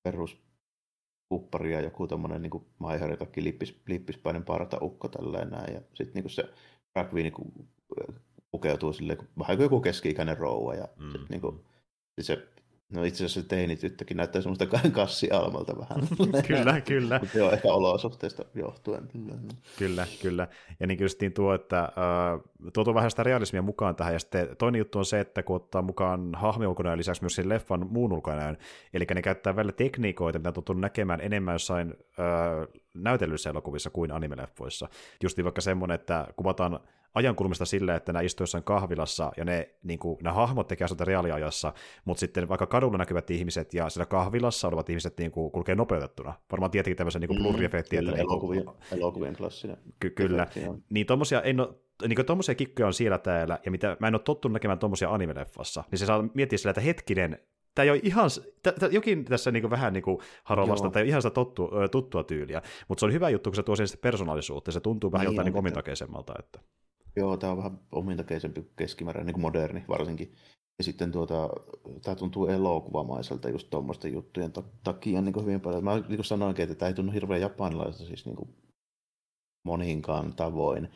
peruskuppari ja joku tommoinen niin maiharitakki lippispäinen partaukko tällainen. Ja sitten niin se Ragvi niin pukeutuu silleen, vähän kuin joku keski-ikäinen rouva. Ja sitten niin kuin, se no itse asiassa se teinityttökin näyttää semmoista kassialmalta vähän. Kyllä. Mutta joo, ehkä olosuhteista johtuen. Kyllä. Ja niin kyllä tuo, että tuotu vähän sitä realismia mukaan tähän. Ja sitten toinen juttu on se, että kun ottaa mukaan hahmon ulkonäön lisäksi myös sen leffan muun ulkonäön, eli ne käyttää välillä tekniikoita, mitä on tottunut näkemään enemmän jossain näytellyissä elokuvissa kuin animeleffoissa. Justiin vaikka semmoinen, että kuvataan ajankulmista sillä, että nämä istuvat jossain kahvilassa ja nämä hahmot tekee asioita reaaliajassa, mutta sitten vaikka kadulla näkyvät ihmiset ja siellä kahvilassa olevat ihmiset kulkee nopeutettuna. Varmaan tietenkin tämmöisen blurri-efektiä. Elokuvien klassinen. Kyllä. Efekti, niin tommosia kikkoja on siellä täällä, ja mä en ole tottunut näkemään tommosia anime-leffassa, niin se saa miettiä sillä, että hetkinen, tämä ei ole ihan, jokin tässä vähän harovasta, tai ihan sitä tuttua tyyliä, mutta se on hyvä juttu, kun se tuo siihen persoonallisuutta, ja se tuntuu vähän jotain omintakeisemmalta. Että. Joo, tämä on vähän omintakeisempi keskimääräinen, niin kuin moderni varsinkin. Ja sitten tämä tuntuu elokuvamaiselta just tuommoisten juttujen takia niin hyvin paljon. Mä niin sanoinkin, että tämä ei tunnu hirveän japanilaiselta siis niin moninkaan tavoin.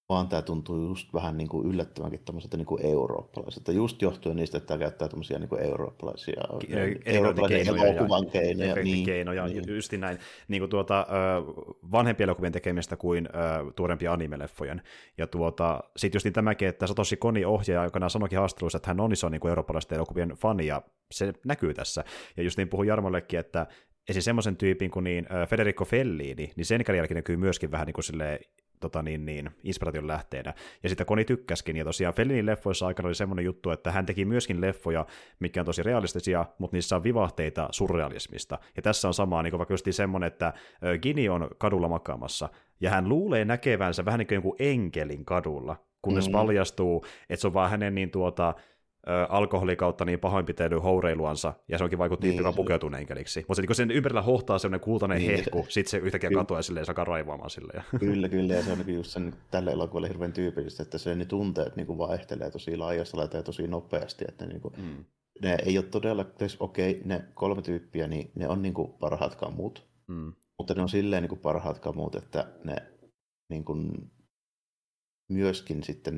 vaan tämä tuntuu just vähän niin kuin yllättävänkin tämmöiseltä niin kuin eurooppalaiselta, just johtuen niistä, että tämä käyttää tämmöisiä niin kuin eurooppalaisia elokuvan keinoja. Efektikeinoja, niin. just näin, niin kuin vanhempien elokuvien tekemistä kuin tuorempia anime-leffojen. Ja sitten just niin tämäkin, että Satoshi Koni ohjaaja aikanaan sanoikin haastatteluissa, että hän on iso niin kuin eurooppalaisten elokuvien fani, ja se näkyy tässä. Ja just niin puhui Jarmollekin, että esim. Semmoisen tyypin kuin Federico Fellini, niin sen jälkeen näkyy myöskin vähän niin kuin silleen, inspiraation lähteenä. Ja sitä Koni tykkäskin, ja tosiaan Fellinin leffoissa aikana oli semmoinen juttu, että hän teki myöskin leffoja, mikä on tosi realistisia, mutta niissä on vivahteita surrealismista. Ja tässä on samaa, niin kuin vaikka just semmoinen, että Gini on kadulla makaamassa, ja hän luulee näkevänsä vähän niin kuin jonkun enkelin kadulla, kunnes paljastuu, että se on vaan hänen alkoholin kautta niin pahoinpitely houreiluansa, ja se onkin vaikuttu tyyppi, joka pukeutuu enkeliksi. Mutta niin sen ympärillä hohtaa semmoinen kultainen hehku, sitten se yhtäkkiä katoaa silleen, ja se alkaa raivoamaan silleen. Kyllä, ja se on just sen tälle elokuvalle hirveän tyypillistä, että se ne tunteet niin kuin vaihtelee tosi laajasta laita ja tosi nopeasti, että ne ei ole todella, okei, ne 3 tyyppiä, niin ne on niin kuin parhaat kamut, mutta ne on silleen niin kuin parhaat kamut, että ne niin kuin myöskin sitten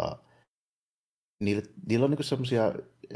niillä on niinku semmoisia,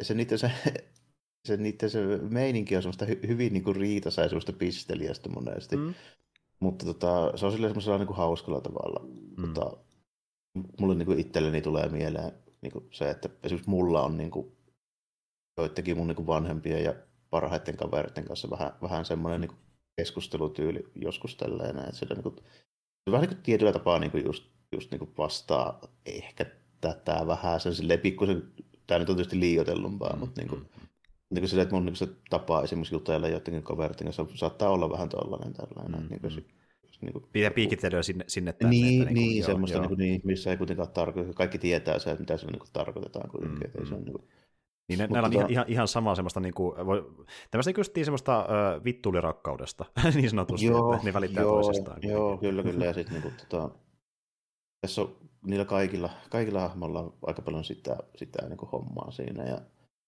se meininki on semmoista hyvin niinku riitaisaa ja semmoista pisteliästä monesti. Mutta se on silleen semmoisella niinku hauskalla tavalla. Mulle niinku itselleni tulee mieleen niinku se, että esimerkiksi mulla on niinku joidenkin mun niinku vanhempien ja parhaiten kavereiden kanssa vähän semmoinen niinku keskustelutyyli joskus tälleen. Että se vähän niinku tietyllä tapaa niinku just niinku vastaa ehkä tätä vähän sen silleen pikkusen, tämä nyt on tietysti liioitellumpaa, mutta niin silleen, että mun niin se tapa esimerkiksi jutella joidenkin kaveritten kanssa saattaa olla vähän tällainen. Pitää piikittelyä sinne tänne. Niin, semmoista, missä ei kuitenkaan tarkoita. Kaikki tietää se, että mitä sillä tarkoitetaan kuitenkin. Niin näillä on ihan samaa semmoista, tämmöistä kysyttiin semmoista vittuulirakkaudesta, niin sanotusti, että ne välittää toisestaan. Joo, kyllä, ja sitten tässä on niillä kaikilla hahmoilla on aika paljon sitä niin kuin hommaa siinä.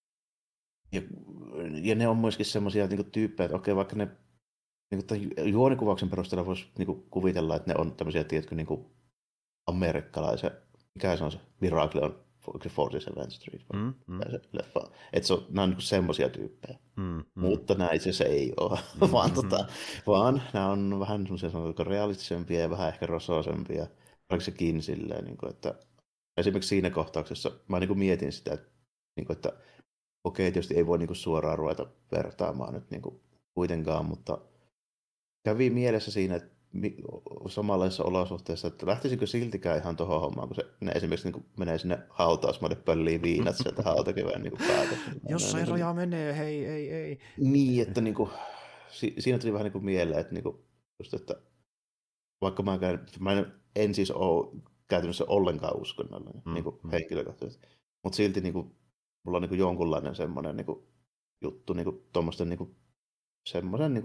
Ja ne on myöskin semmoisia niin kuin tyyppejä, että okei, vaikka ne niin juonikuvauksen perusteella voisi niin kuin kuvitella, että ne on tämmöisiä, tiedätkö, niin kuin amerikkalaisia, mikä se on se, Miracle on 47th Street, se leffa. Että nämä on niin semmoisia tyyppejä. Mutta näin se ei ole, vaan nämä on vähän semmoisia realistisempia ja vähän ehkä rosoisempia. Oliko sekin silleen, että esimerkiksi siinä kohtauksessa mä mietin sitä, että okei, tietysti ei voi suoraan ruveta vertaamaan nyt kuitenkaan, mutta kävi mielessä siinä, että samanlaisissa olosuhteissa, että lähtisikö siltikään ihan tuohon hommaan, kun ne esimerkiksi menee sinne hautausmaille pölliin viinat sieltä hautakiveen päältä. Jossain raja menee, hei, ei. Niin, että siinä tuli vähän mieleen, että, just, että vaikka mä en siis ole käytännössä ollenkaan uskonnollinen henkilökohtaisesti, mutta silti mulla on jonkunlainen semmoinen juttu, tuommoisten semmoisen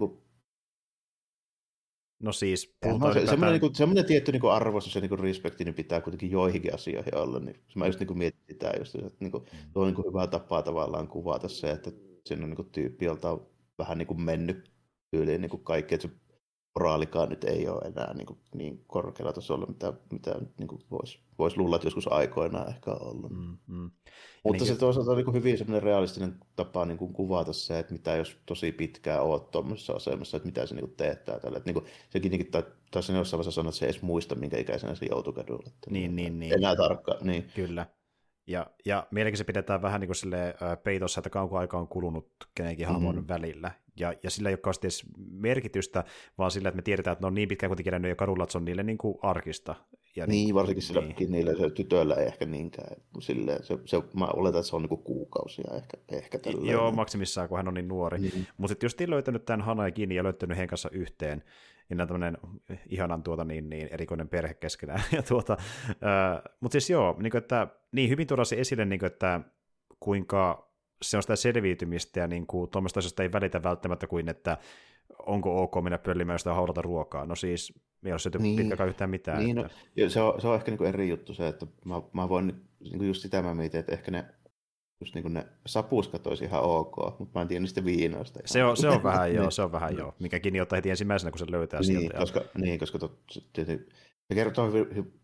no siis, semmoinen tietty arvostus ja respekti niin pitää kuitenkin joihinkin asioihin olla. Niin mä just mietin sitä, että tuo on hyvä tapa tavallaan kuvata se, että siinä on tyyppi, jolta on vähän mennyt tyyliin kaikki, että se moraalikaan nyt ei ole enää niin korkealla tasolla, mitä voisi luulla, että joskus aikoinaan ehkä on ollut. Mutta se toisaalta on hyvin semmoinen realistinen tapa kuvata se, että mitä jos tosi pitkään olet tuommoisessa asemassa, että mitä se teettää tällä. Sekin taisi jossain vaiheessa sanoa, että se ei edes muista, minkä ikäisenä se joutui kadulle. Niin. Enää tarkkaan. Niin. Kyllä. Ja meilläkin se pidetään vähän niin kuin peitossa, että kauanko aika on kulunut kenenkin hahmon välillä. Ja sillä ei ole kauheasti edes merkitystä, vaan sillä, että me tiedetään, että ne on niin pitkään kuitenkin elänyt jo kadulla, että se on niille niin kuin arkista. Ja varsinkin silläkin niillä tytöillä ei ehkä niinkään. Mä oletan, että se on kuukausia ehkä tällä. Joo, maksimissaan, kun hän on niin nuori. Mutta sitten just löytänyt tämän Hana ja Gini ja löytänyt heidän kanssa yhteen, niin on tämmöinen ihanan erikoinen perhe keskenään. Mutta siis joo, hyvin tuodaan se esille, että kuinka se on sitä selviytymistä ja tuommoista asioista ei välitä välttämättä kuin, että onko ok mennä pöllimään jostain haudata ruokaa. No siis, me ei ole syöty pitkäkään yhtään mitään. Niin, se on ehkä eri juttu se, että mä voin just sitä mä mietin, että ehkä ne just ne sapuskat olisi ihan ok, mutta mä en tiedä niistä viinoista. Se on vähän joo, mikä Gini ottaa heti ensimmäisenä, kun se löytää sieltä. Koska se kertoo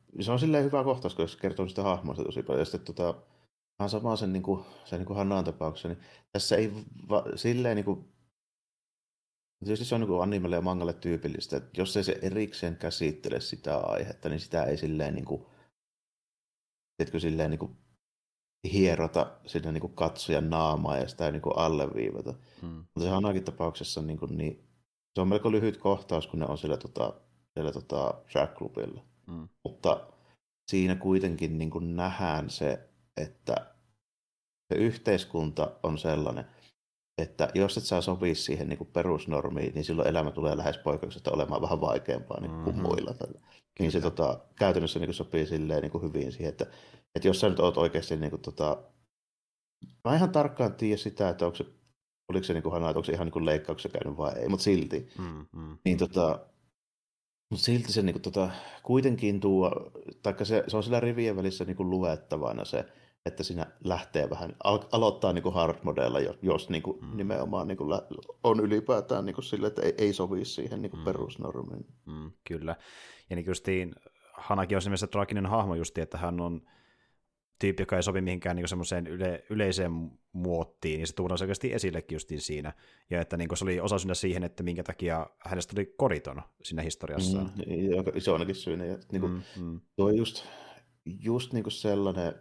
se on silleen hyvä kohtaus, kun se kertoo sitä hahmoista tosi paljon. Ja sitten vähän sama sen, niin kuin Hannan tapauksessa, niin tässä ei silleen niin kuin, tietysti se on niin animelle ja mangalle tyypillistä, että jos ei se erikseen käsittele sitä aihetta, niin sitä ei silleen, niin kuin, tiedätkö, silleen niin kuin hierota sinne niin kuin katsojan naamaa ja sitä ei niin kuin alleviivata. Mutta se Hanakin tapauksessa niin se on melko lyhyt kohtaus, kun ne on siellä Jack Clubilla. Mutta siinä kuitenkin niin kuin nähdään se, että se yhteiskunta on sellainen, että jos et saa sopia siihen niin kuin perusnormiin, niin silloin elämä tulee lähes poikkeuksesta olemaan vähän vaikeampaa niin kuin muilla. Niin se käytännössä niin kuin sopii silleen niin kuin hyvin siihen, että jos sä nyt oot oikeasti niin kuin, mä en ihan tarkkaan tiedä sitä, että oliko se niin kuin, onko se ihan niin kuin leikkauksessa käynyt vai ei, mutta silti. Niin mutta silti se niin kuin, kuitenkin taikka se on sillä rivien välissä niin kuin luettavana se, että siinä lähtee vähän, aloittaa niin kuin hard-modella, jos niin kuin, nimenomaan niin kuin, on ylipäätään niin kuin sille, että ei sovi siihen niin kuin perusnormiin. Kyllä. Ja niin justiin Hanakin on semmoinen traaginen hahmo justiin, että hän on tyyppi, joka ei sovi mihinkään niin semmoiseen yleiseen muottiin, niin se tuodaan selkeästi esillekin justiin siinä. Ja että niin se oli osasyynä siihen, että minkä takia hänestä tuli koriton siinä historiassaan. Isonakin syynä. Ja, niin kuin, tuo on just niin kuin sellainen,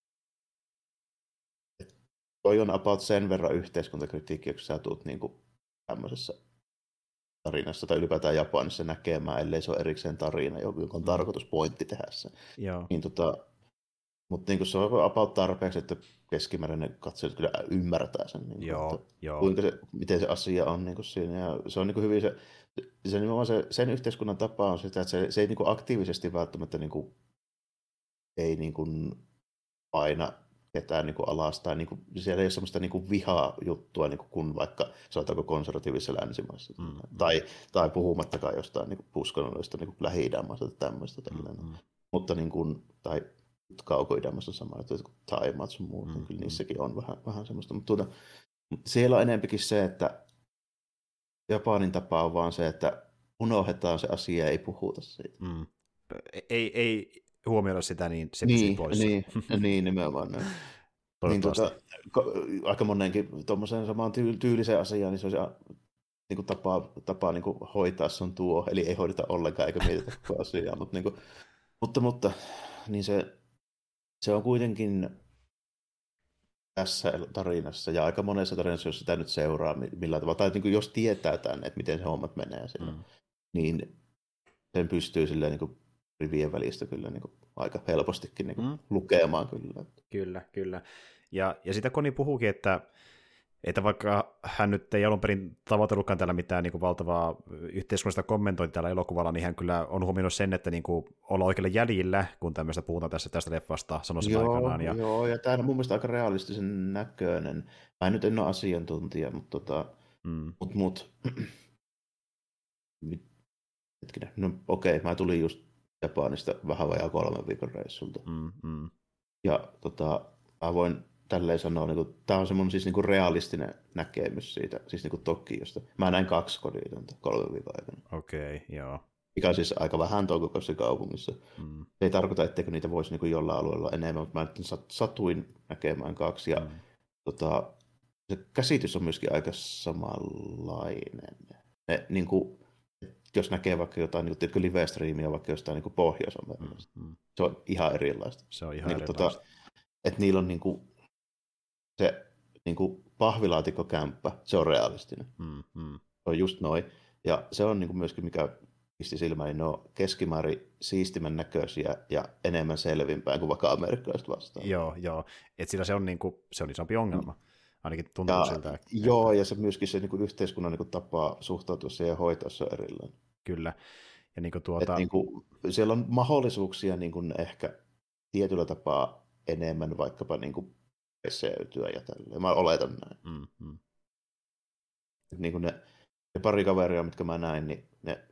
toi on about sen verran yhteiskuntakritiikki, jos sä tuut niin kuin tämmöisessä tarinassa tai ylipäätään Japanissa näkemään, ellei se ole erikseen tarina, joka on tarkoitus pointti tehdä se. Niin, mutta niin se on about tarpeeksi, että keskimääräinen katsoja kyllä ymmärtää sen, niin kuinka miten se asia on niin siinä. Ja se on niin hyvin sen yhteiskunnan tapa on sitä, että se ei niin aktiivisesti välttämättä ei paina ketään alas, tai siellä ei ole semmoista vihaa juttua kuin vaikka sanotaanko konservatiivisessa länsimaissa, tai puhumattakaan jostain uskonnollisesta Lähi-idän maasta tai tämmöistä. Mutta tai kauko-idämässä sama, että Thaimaat sun muut, niin kyllä niissäkin on vähän semmoista. Mutta siellä on enempikin se, että Japanin tapa on vaan se, että unohdetaan se asia ja ei puhuta siitä. Ei huomioida sitä, niin se pysyy poissa. Niin, nimenomaan näin. Aika monenkin tuommoisen samaan tyyliseen asiaan, niin se olisi tapa hoitaa sun tuo, eli ei hoideta ollenkaan eikä mietitä asiaa, mutta niin se on kuitenkin tässä tarinassa ja aika monessa tarinassa, jos sitä nyt seuraa millään tavalla, tai jos tietää tänne, että miten se hommat menee siellä, niin sen pystyy silleen rivien välistä kyllä aika helpostikin lukemaan kyllä. Kyllä. Ja sitä Koni puhuukin, että vaikka hän nyt ei alun perin tavoitellutkaan täällä mitään valtavaa yhteiskunnallista kommentointia tällä elokuvalla, niin hän kyllä on huomioinut sen, että olla oikealla jäljillä, kun tämmöistä puhutaan tästä leffasta, sanoisin aikanaan. Joo, ja tämä on mun mielestä aika realistisen näköinen. Mä en ole asiantuntija, mutta hetkinen, no okei, mä tulin just Japanista vähän vajaa 3 viikon reissulta. Ja mä voin tälleen sanoa, tämä on semmoinen siis realistinen näkemys siitä, siis Tokiosta. Mä näin 2 koditonta 3 viikon aikana. Okei, joo. Mikä on siis aika vähän tuon kokoisessa kaupungissa. Se ei tarkoita, etteikö niitä voisi jollain alueella enemmän, mutta mä nyt satuin näkemään 2. Ja se käsitys on myöskin aika samanlainen. Jos näkee vaikka jotain live-striimiä vaikka jostain Pohjois-Amerikasta, se on ihan erilaista. Se on ihan erilaista. Että niillä on se pahvilaatikkokämppä, se on realistinen. Se on just noin. Ja se on myöskin, mikä pisti silmään, niin ne on keskimäärin siistimän näköisiä ja enemmän selvinpäin kuin vaikka amerikkalaiset vastaan. Joo. Et sillä se on isompi ongelma. Ainakin tuntuu siltä. Joo, ja se myöskin se yhteiskunnan tapa suhtautua siihen ja hoitaa se erilainen. Kyllä. Ja siellä on mahdollisuuksia ehkä tietyllä tapaa enemmän vaikkapa peseytyä ja tälleen. Mä oletan näin. Ne pari kaveria, mitkä mä näin, niin ne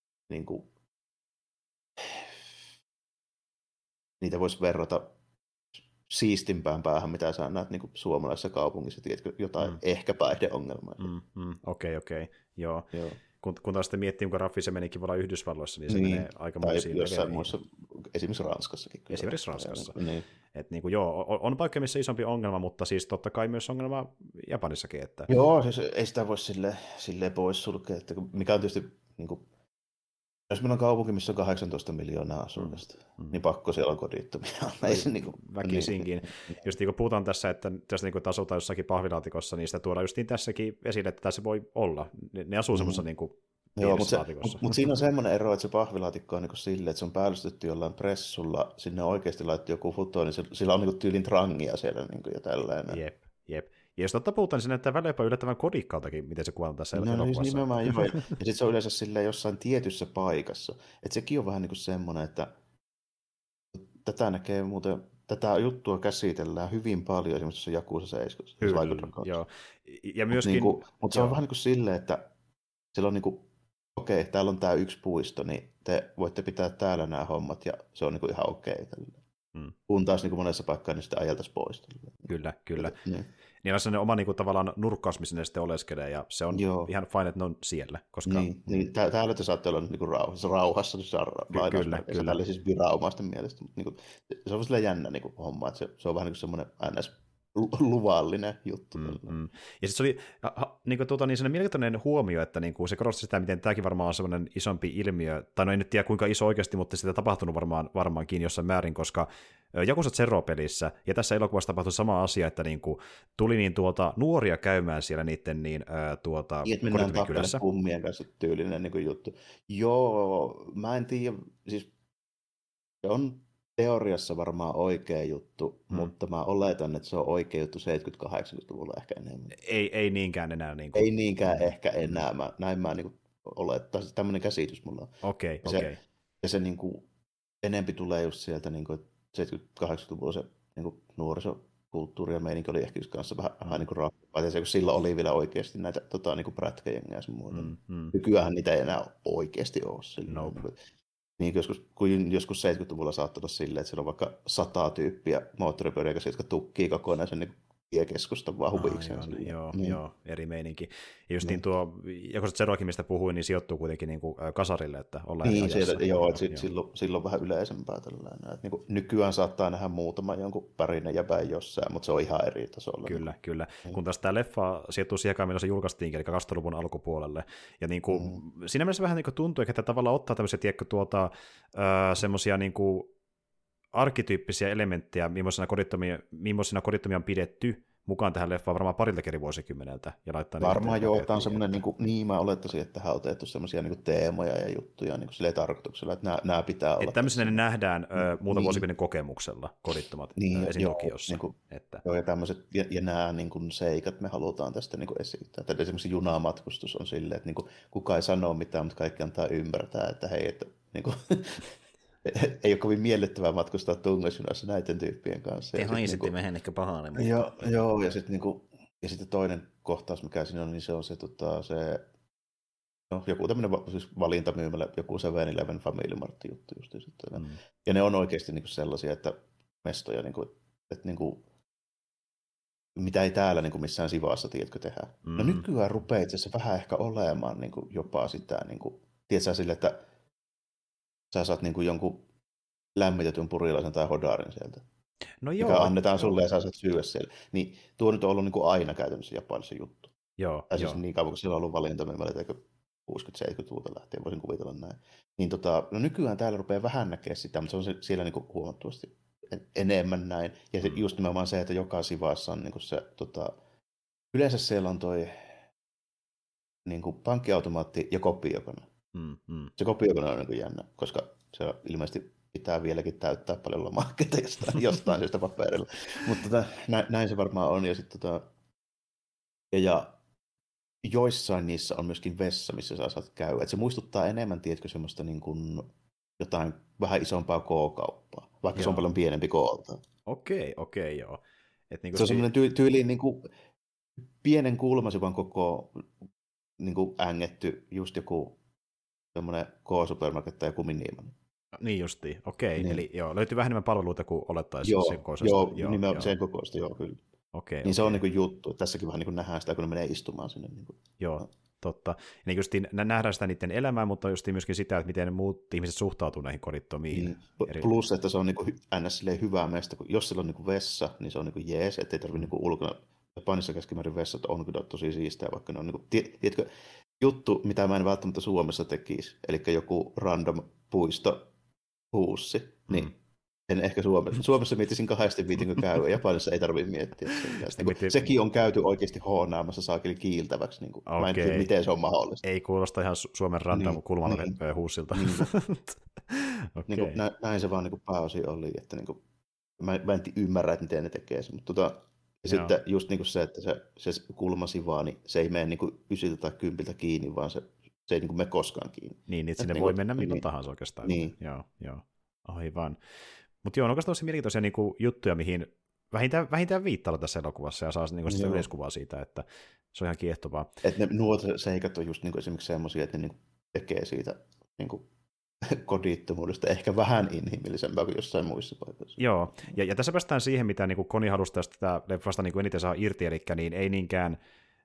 niitä voisi verrata siistimpään päähän, mitä sä näet suomalaisessa kaupungissa, tiedätkö, jotain ehkä päihdeongelmaa. Okei, joo. kun taas sitten miettii, kuinka raffi se menikin olla Yhdysvalloissa, niin se menee aikamoisiin jossain muissa, esimerkiksi Ranskassakin. Kyllä. Esimerkiksi Ranskassa. Niin. Et niin kuin, joo, on paikka, missä isompi ongelma, mutta siis totta kai myös ongelma Japanissakin. Että... Joo, siis ei sitä voi silleen poissulkea, että mikä on tietysti, niin kuin, jos meillä on kaupunki, missä on 18 miljoonaa asukasta, niin pakko siellä on kodittomia. Niin väkisinkin. Just niin kuin puhutaan tässä, että tässä niin asutaan jossakin pahvilaatikossa, niin sitä tuodaan just niin tässäkin esille, että tässä voi olla. Ne asuu semmoisessa niin kuin joo, mutta siinä on semmoinen ero, että se pahvilaatikko on niin silleen, että se on päällystetty jollain pressulla, sinne on oikeasti laittu joku futo, niin sillä on niin tyylin trangia siellä niin ja tällainen. Jep. Ja jos totta puhutaan, niin se näyttää välillä jopa yllättävän kodikkaaltakin, miten se kuvataan tässä elokuvassa. Siis nimenomaan joo. Ja sitten se on yleensä silleen jossain tietyssä paikassa. Että sekin on vähän niin kuin semmoinen, että tätä näkee muuten, tätä juttua käsitellään hyvin paljon esimerkiksi Yakuza 7. Joo. Ja myöskin... Mutta se on vähän niin kuin silleen, että siellä on niin kuin, okei, täällä on tämä yksi puisto, niin te voitte pitää täällä nämä hommat, ja se on niin kuin ihan okei. Kun taas niin monessa paikkaa, niin sitä ajeltaisiin pois. Kyllä. Niin on sellainen oma niin kuin, tavallaan nurkkaus, missä ne sitten oleskelee, ja se on ihan fine, että ne on siellä. Koska... Niin täällä te saatte olla niin kuin rauhassa, kyllä. Tällä siis viranomaisten mielestä. Niin kuin, se on sellainen jännä niin kuin, homma, että se on vähän niin kuin semmoinen luvallinen juttu. Ja sitten se oli niin sellainen mielenkiintoinen huomio, että niin kuin se korosti sitä, miten tämäkin varmaan on sellainen isompi ilmiö, tai no en nyt tiedä kuinka iso oikeasti, mutta sitä tapahtunut varmaankin jossain määrin, koska Yakuza Zero-pelissä, ja tässä elokuvassa tapahtui sama asia, että niin kuin tuli niin nuoria käymään siellä niiden että mennään tappelemaan kummien kanssa tyylinen niin kuin juttu. Joo, mä en tiedä, siis se on teoriassa varmaan oikea juttu, mutta mä oletan, että se on oikea juttu 70-80-luvulla ehkä enemmän. Ei niinkään enää. Niin kuin... Ei niinkään ehkä enää. Näin mä niin olettaisin. Tämmöinen käsitys mulla on. Okei. Ja se niin kuin, enempi tulee just sieltä niin 70-80-luvulla se niin nuorisokulttuuri ja meininki oli ehkä kanssa vähän niin kuin raappaa. Ja se, kun silloin oli vielä oikeasti näitä niin prätkäjengejä ja sun muuta. Nykyäänhän niitä ei enää oikeasti ole. Nope. Niin joskus 70-luvulla saattaa olla silleen, että siellä on vaikka 100 tyyppiä moottoripyöriä, jotka tukkii kokonaisen niin tiekeskustan vaan huviikseen. Joo, eri meininki. Ja just niin tuo, ja kun Zeroakin, mistä puhuin, niin sijoittuu kuitenkin niin kuin kasarille, että ollaan niin, silloin vähän yleisempää tällainen. Että niin nykyään saattaa nähdä muutama jonkun pärinen jäbän jossain, mutta se on ihan eri tasolla. Kyllä. Kun taas tämä leffa sijoittuu siihen aikaan, milloin se julkaistiinkin, eli 2000-luvun alkupuolelle. Ja niin kuin, siinä mielessä vähän niin kuin tuntuu, että tavallaan ottaa tämmöisiä, tiedätkö, semmoisia niin kuin arkkityyppisiä elementtejä, millaisina kodittomia on pidetty mukaan tähän leffaan varmaan pariltakin eri vuosikymmeneltä. Ja varmaan joo, tämä on semmoinen, niin mä olettaisin, että tähän on otettu semmoisia niin teemoja ja juttuja niin silleen tarkoituksella, että nämä pitää olla. Että tämmöisenä ne nähdään vuosikymmenen kokemuksella kodittomat esim. Tokiossa. Joo, ja tämmöiset, ja nämä niin kuin seikat me halutaan tästä niin kuin esittää. Että esimerkiksi junamatkustus on silleen, että niin kuin, kukaan ei sano mitään, mutta kaikki antaa ymmärtää, että hei, että niin kuin, ei ole kovin miellyttävää matkustaa tungoisjunassa näiden tyyppien kanssa. Te haisitte vähän ehkä pahalle. Joo, ja sitten niinku, toinen kohtaus, mikä siinä on, niin se on se joku tämmöinen siis valintamyymälä, joku 7-Eleven Family Mart juttu just. Ja ne on oikeasti niinku sellaisia, että mestoja, niinku, että niinku, mitä ei täällä niinku missään Sivassa, tiedätkö, tehdä. No nykyään rupeaa itse asiassa vähän ehkä olemaan niinku, jopa sitä, niinku, tiedätkö sille, että sä saat niinku jonkun lämmitetyn purilaisen tai hodarin sieltä, mikä annetaan sulle ja sä saat syödä siellä. Niin tuo nyt on ollut niinku aina käytännössä Japanissa juttu. Siis niin kauan, kun siellä on ollut valintamyymälät, eikö 60-70-luvulta lähtien, voisin kuvitella näin. Niin no nykyään täällä rupeaa vähän näkemään sitä, mutta se on siellä niinku huomattavasti enemmän näin. Ja just nimenomaan se, että joka Sivassa on niinku se, yleensä siellä on toi niinku pankkiautomaatti ja kopiokone. Se kopiokone on niin jännä, koska se ilmeisesti pitää vieläkin täyttää paljon lomakkeita jostain syystä paperilla. Mutta näin se varmaan on. Ja, ja joissain niissä on myöskin vessa, missä sä saat käydä. Et se muistuttaa enemmän, tiedätkö, semmoista niin kuin jotain vähän isompaa K-kauppaa, vaikka se on paljon pienempi koolta. Okei, joo. Se on semmoinen tyyliin niin kuin pienen kulmasivan koko niin kuin ängetty just joku semmoinen K-supermarket tai joku Miniman. Niin justiin, okei. Niin. Eli löytyy vähän enemmän palveluita kuin olettaisiin sen kokoisesta. Joo, sen kokoista, joo, kyllä. Okei. Se on niin kuin juttu. Tässäkin vähän niin kuin nähdään sitä, kun ne menee istumaan sinne. Niin kuin. Joo. totta. Ja niin just nähdään sitä niiden elämää, mutta just myöskin sitä, että miten muut ihmiset suhtautuu näihin kodittomiin. Plus, että se on niin kuin ns. Hyvä meistä, kun jos sillä on niin kuin vessa, niin se on niin kuin jees, ettei tarvitse niin kuin ulkona. Japanissa keskimäärin vessat on kyllä tosi siistää, vaikka ne on, niin kuin, tiedätkö, juttu, mitä mä en välttämättä Suomessa tekisi, eli joku random puistohuussi, niin en ehkä Suomessa miettisin kahdesti viitinkö käy, Japanissa ei tarvitse miettiä sen. Sekin on käyty oikeasti hoonaamassa saakeli kiiltäväksi, niin kuin, mä en tiedä, miten se on mahdollista. Ei kuulosta ihan Suomen random kulmanoven huussilta. Niin kuin, näin se vaan niin kuin pääosin oli, että niin kuin, mä en ymmärrä, että miten ne tekee se, mutta ja sitten just niin kuin se, että se kulmasiva, niin se ei mene niin kuin 9 tai 10 kiinni, vaan se ei niin kuin mene koskaan kiinni. Niin, että sinne voi mennä milloin tahansa oikeastaan. Niin. Joo. Aivan. Mutta joo, on oikeastaan tosi mielenkiintoisia niin kuin juttuja, mihin vähintään viittailla tässä elokuvassa, ja saa niin kuin sitä yleiskuvaa siitä, että se on ihan kiehtovaa. Että ne nuot seikat on just niin kuin esimerkiksi semmoisia, että ne niin kuin tekee siitä niin kuin kodittomuudesta ehkä vähän inhimillisempää kuin jossain muissa paikoissa. Joo, ja tässä päästään siihen, mitä niin Koni halusi tästä leffasta niin eniten saa irti, eli niin ei niinkään,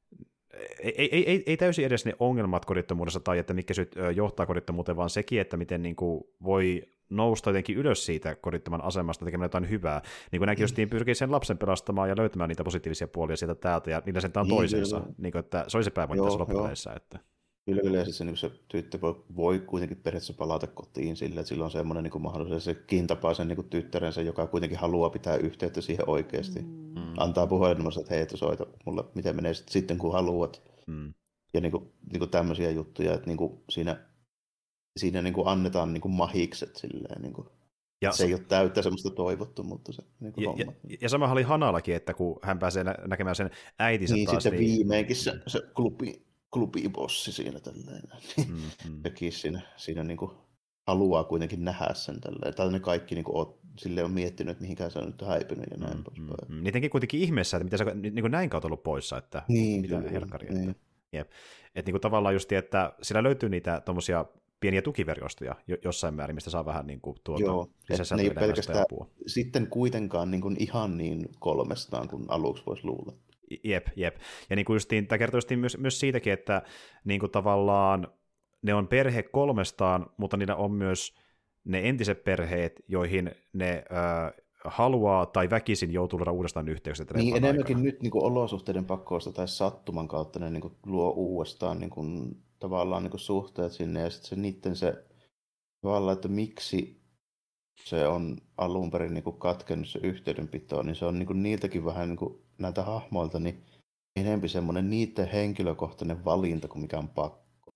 ei täysin edes ne ongelmat kodittomuudessa tai että mitkä syyt johtaa kodittomuuteen, vaan sekin, että miten niin kuin voi nousta jotenkin ylös siitä kodittoman asemasta tekemään jotain hyvää. Niin kuin näkin justiin pyrkii sen lapsen pelastamaan ja löytämään niitä positiivisia puolia sieltä täältä, ja niillä sentään toisensa. Niin kuin, että se oli se pääpointti tässä loppupeleissä. Että Kyllä, ja sitten se tyttö voi kuitenkin periaatteessa palata kotiin sillä, että sillä on semmoinen niin mahdollisuus, että sekin tapaa sen niin tyttärensä, joka kuitenkin haluaa pitää yhteyttä siihen oikeasti. Antaa puhelimessa, että hei, soita mulle, miten menee sitten kun haluat. Ja niin kuin tämmöisiä juttuja, että niin kuin siinä niin kuin annetaan niin kuin mahikset silleen. Niin kuin. Se ei ole täyttä semmoista toivottomuutta se niin kuin homma. Ja sama oli Hanallakin, että kun hän pääsee näkemään sen äitinsä niin, taas. Sitten viimeinkin se klubibossi siinä tälleen. Sekin siinä niin kuin haluaa kuitenkin nähdä sen tälleen. Tai ne kaikki niin kuin sille on miettinyt, että mihinkään se on nyt häipynyt ja näin poispäin. Niidenkin kuitenkin ihmeessä, että mitä se niin kuin näin kautta ollut poissa, että mitä helkkari. Niin. Että niin kuin tavallaan just, että sillä löytyy niitä tommosia pieniä tukiverkostoja jossain määrin, mistä saa vähän niin kuin ne ei pelkästään apua. Sitten kuitenkaan niin kuin ihan niin 300 kuin aluksi voisi luulla. Jep. Ja niin kuin justiin, tämä kertoo justiin myös siitäkin, että niin kuin tavallaan ne on perhe 300, mutta niillä on myös ne entiset perheet, joihin ne haluaa tai väkisin joutuu luoda uudestaan yhteyksiä. Niin enemmänkin nyt niin kuin olosuhteiden pakkoosta tai sattuman kautta ne niin kuin luo uudestaan niin kuin, tavallaan niin kuin suhteet sinne, ja sitten niiden se tavallaan, että miksi se on alun perin niin kuin katkennut se yhteydenpito, niin se on niin kuin niiltäkin vähän niin kuin näiltä hahmoilta niin enemmän semmoinen niiden henkilökohtainen valinta kuin mikä on pakko.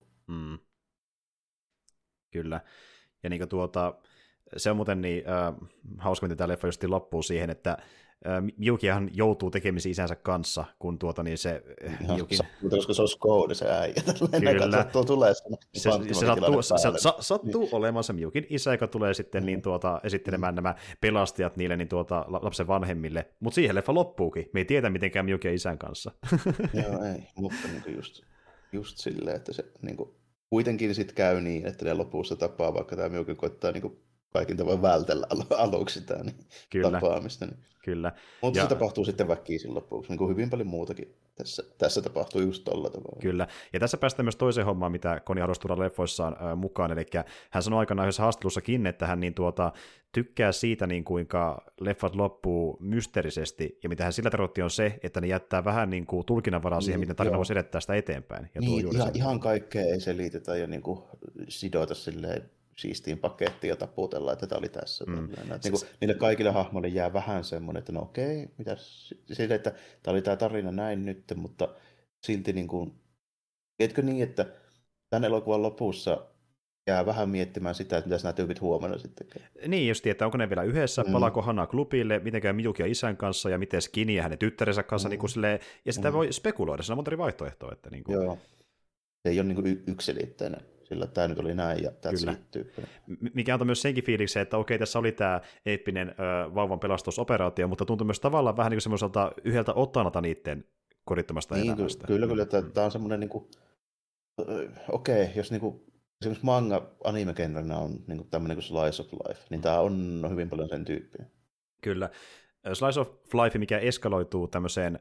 Kyllä. Ja niin kuin se on muuten niin hauska, miten tämä leffa justiin loppuu siihen, että Miyukihan joutuu tekemisiin isänsä kanssa, kun niin se Miyukin... Mutta koska se on Skoudi se äijä. Kyllä. Tulee se sattuu olemaan se Miyukin isä, joka tulee sitten esittelemään nämä pelastajat niille lapsen vanhemmille. Mutta siihen leffa loppuukin. Me ei tiedä mitenkään Miyukin isän kanssa. Joo, ei. Mutta niin just silleen, että se niin kuin, kuitenkin sitten käy niin, että ne lopussa tapaa, vaikka tämä Miyuki koittaa niin kuin, kaikin tavoin vältellä aluksi sitä tapaamista. Niin. Kyllä. Mutta se tapahtuu sitten väkisin lopuksi, niin kuin hyvin paljon muutakin tässä tapahtuu just tolla tavalla. Kyllä, ja tässä päästään myös toiseen hommaan, mitä Koni halusi tuoda leffoissaan mukaan, eli hän sanoi aikanaan yhdessä haastattelussakin, että hän tykkää siitä, niin kuinka leffat loppuu mysteerisesti, ja mitä hän sillä tarkoitti on se, että ne jättää vähän niin kuin tulkinnanvaraa siihen, miten tarina voisi edettää sitä eteenpäin. Ja ihan kaikkea ei selitetä ja niin kuin sidota silleen siistiin pakettiin ja taputella, että tämä oli tässä. Niille kaikille hahmoille jää vähän semmoinen, että no okei, mitäs siitä, että tämä oli tämä tarina näin nyt, mutta silti niin kuin, etkö niin, että tämän elokuvan lopussa jää vähän miettimään sitä, että mitä nämä tyypit huomenna sitten tekee. Niin just, että onko ne vielä yhdessä, palaako Hana klubille, miten käy Miyuki ja isän kanssa ja miten Skinny ja hänen tyttärensä kanssa, niin kuin silleen, ja sitä voi spekuloida, se on monta eri vaihtoehtoa. Että niin kuin... Joo, se ei ole niin kuin yksiselitteinen. Sillä tämä nyt oli näin ja that's it. Mikä antoi myös senkin fiiliksen, että okei, tässä oli tämä eeppinen vauvan pelastusoperaatio, mutta tuntui myös tavallaan vähän niin kuin semmoiselta yhdeltä otanata niiden kodittomasta elämästä. Kyllä, että tämä on semmoinen, niin kuin, okei, jos niin kuin, esimerkiksi manga-anime-genrenä on niin kuin tämmöinen kuin Slice of Life, niin tämä on hyvin paljon sen tyyppiä. Kyllä. Slice of Life, mikä eskaloituu tämmöiseen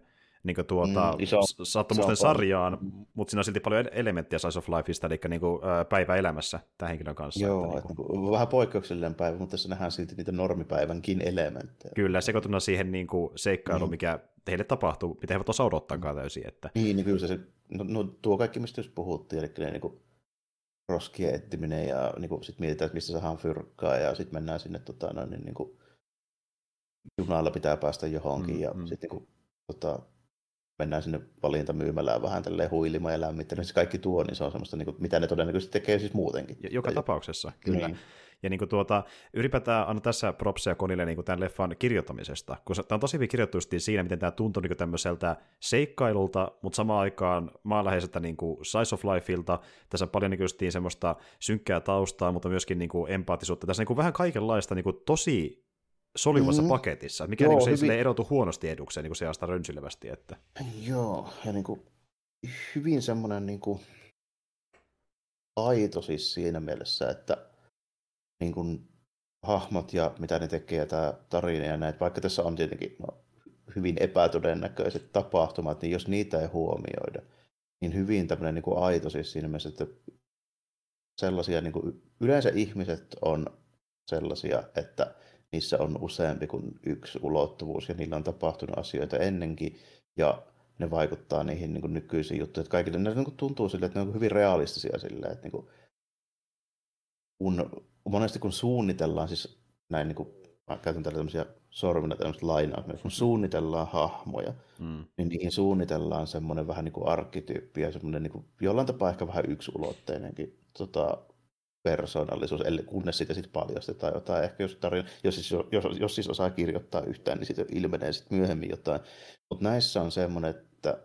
niin kuin sattumusten iso sarjaan, mutta siinä on silti paljon elementtejä Slice of Lifeista, eli niin kuin, päiväelämässä tämän henkilön kanssa. Joo, että, niin kuin, vähän poikkeuksellinen päivä, mutta tässä nähdään silti niitä normipäivänkin elementtejä. Kyllä, sekoituna siihen niin kuin seikkailuun, mikä heille tapahtuu, mitä he eivät osaa odottaakaan täysin. Että. Niin kyllä se no, tuo kaikki, mistä just puhuttiin, eli ne niin kuin roskien etsiminen ja niin sitten mietitään, että mistä saadaan fyrkkaa ja sitten mennään sinne niin kuin, junalla pitää päästä johonkin ja sitten niin mennään sinne valintamyymälään vähän tälleen huilimaan ja lämmittelemään. Se kaikki tuo, niin se on semmoista, niin kuin, mitä ne todennäköisesti tekee siis muutenkin. Joka tapauksessa, kyllä. Niin. Ja niin kuin ylipäätään anna tässä propsia Konille niin kuin tämän leffan kirjoittamisesta, kun tämä on tosi hyvin kirjoittu siinä, miten tämä tuntuu niin kuin tämmöiseltä seikkailulta, mutta samaan aikaan maanläheiseltä niin kuin Slice of Lifeilta. Tässä on paljon niin kuin semmoista synkkää taustaa, mutta myöskin niin kuin empaattisuutta. Tässä on niin kuin vähän kaikenlaista niin kuin tosi solivassa paketissa, mikä niin kuin se ei erotu huonosti edukseen, niin kuin se astaa rönsylevästi. Että. Joo, ja niin kuin, hyvin semmoinen niin kuin aito siis siinä mielessä, että niin kuin, hahmot ja mitä ne tekee ja tämä tarina ja näin, vaikka tässä on tietenkin hyvin epätodennäköiset tapahtumat, niin jos niitä ei huomioida, niin hyvin tämmöinen niin kuin aito siis siinä mielessä, että sellaisia, niin kuin, yleensä ihmiset on sellaisia, että niissä on useampi kuin yksi ulottuvuus ja niillä on tapahtunut asioita ennenkin ja ne vaikuttaa niihin niin kuin nykyisiin juttuihin. Että kaikille ne niin kuin tuntuu sille, että ne on hyvin realistisia sille, että niin kuin, monesti kun suunnitellaan, siis näin niin kuin, mä käytän täällä tämmöisiä sormina tämmöistä lainaa, kun suunnitellaan hahmoja, niin niihin suunnitellaan semmoinen vähän niin kuin arkkityyppi ja semmoinen niin kuin, jollain tapaa ehkä vähän yksiulotteinenkin persoonallisuus, kunnes siitä sitten paljastetaan jotain. Ehkä jos siis osaa kirjoittaa yhtään, niin siitä ilmenee sitten myöhemmin jotain. Mutta näissä on semmoinen, että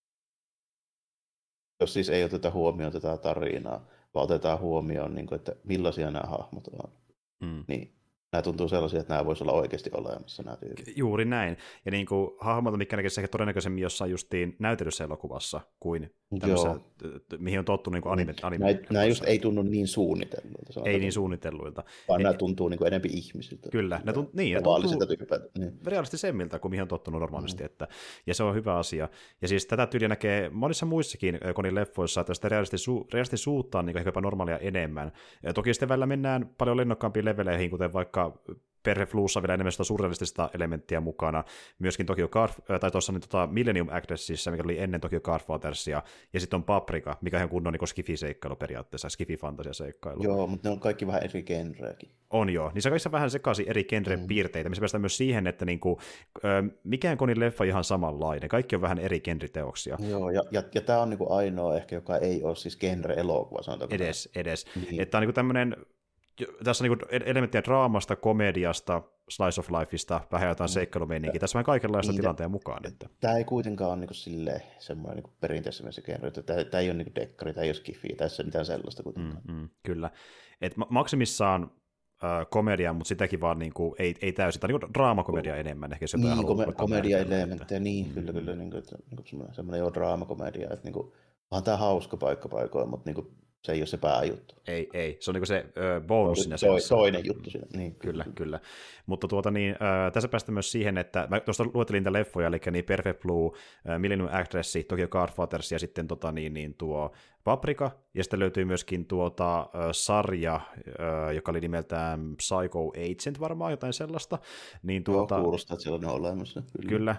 jos siis ei oteta huomioon tätä tarinaa, vaan otetaan huomioon, niin kuin, että millaisia nämä hahmot on, niin nämä tuntuu sellaisia, että nämä voisi olla oikeasti olemassa, nämä tyypit. Juuri näin. Ja niin kuin hahmolta, mikä näkisi ehkä todennäköisemmin jossain justiin näytellyssä elokuvassa, kuin tämmöisessä, mihin on tottu niin anime. Nämä just ei tunnu niin suunnitelluilta. Ei niin suunnitelluilta. Vaan nämä tuntuu niin kuin enemmän ihmisiltä. Kyllä. Ne tuntuu realistisemmiltä kuin mihin on tottunut normaalisti. Ja se on hyvä asia. Ja siis tätä tyyliä näkee monissa muissakin Konin leffoissa, että sitä realistisuutta on niin ehkä jopa normaalia enemmän. Ja toki sitten välillä mennään paljon lennokkaampiin leveleihin, kuten vaikka Perhe Fluussa vielä enemmän sitä surrealistista elementtiä mukana, myöskin tuossa Millennium Actressissa, mikä oli ennen Tokyo Godfathersia, ja sitten on Paprika, mikä on kunnon niin skifi-seikkailu periaatteessa, skifi-fantasiaseikkailu. Joo, mutta ne on kaikki vähän eri genreäkin. On joo, niin se kaikissa vähän sekaisin eri genren piirteitä, missä päästään myös siihen, että niinku, mikään Konin leffa ihan samanlainen, kaikki on vähän eri genriteoksia. Joo, ja tämä on niinku ainoa ehkä, joka ei ole siis genre-elokuva, sanotaanko. Edes. Niin. Että on niinku tämmöinen. Tässä on niin elementtejä draamasta, komediasta, slice of lifeista, vähän jotain seikkailumeininkiä. Tässä on kaikenlaista tilanteen mukaan. Että. Tämä ei kuitenkaan ole niin semmoinen niin perinteisessä genre. Tämä ei ole niin dekkari, tämä ei ole skifi, tässä ei ole mitään sellaista kuitenkaan. Kyllä. Et maksimissaan komedia, mutta sitäkin vaan niin kuin, ei täysin. Tämä on niin draamakomedia enemmän. Ehkä se komedia-elementtejä, niin kyllä. Niin semmoinen draamakomedia. Että niin kuin, onhan tämä hauska paikka paikoin, mutta niin kuin, se ei ole se pääjuttu. Ei. Se on niinku se bonus siinä. Toinen juttu siinä. Niin. Kyllä. Mutta tässä päästään myös siihen, että mä tuosta luettelin niitä leffoja, eli niin Perfect Blue, Millennium Actress, Tokyo Godfathers ja sitten tuo Paprika, ja sitten löytyy myöskin sarja, joka oli nimeltään Psycho Agent varmaan, jotain sellaista. Niin, kuulostaa, että siellä on olemassa. Kyllä.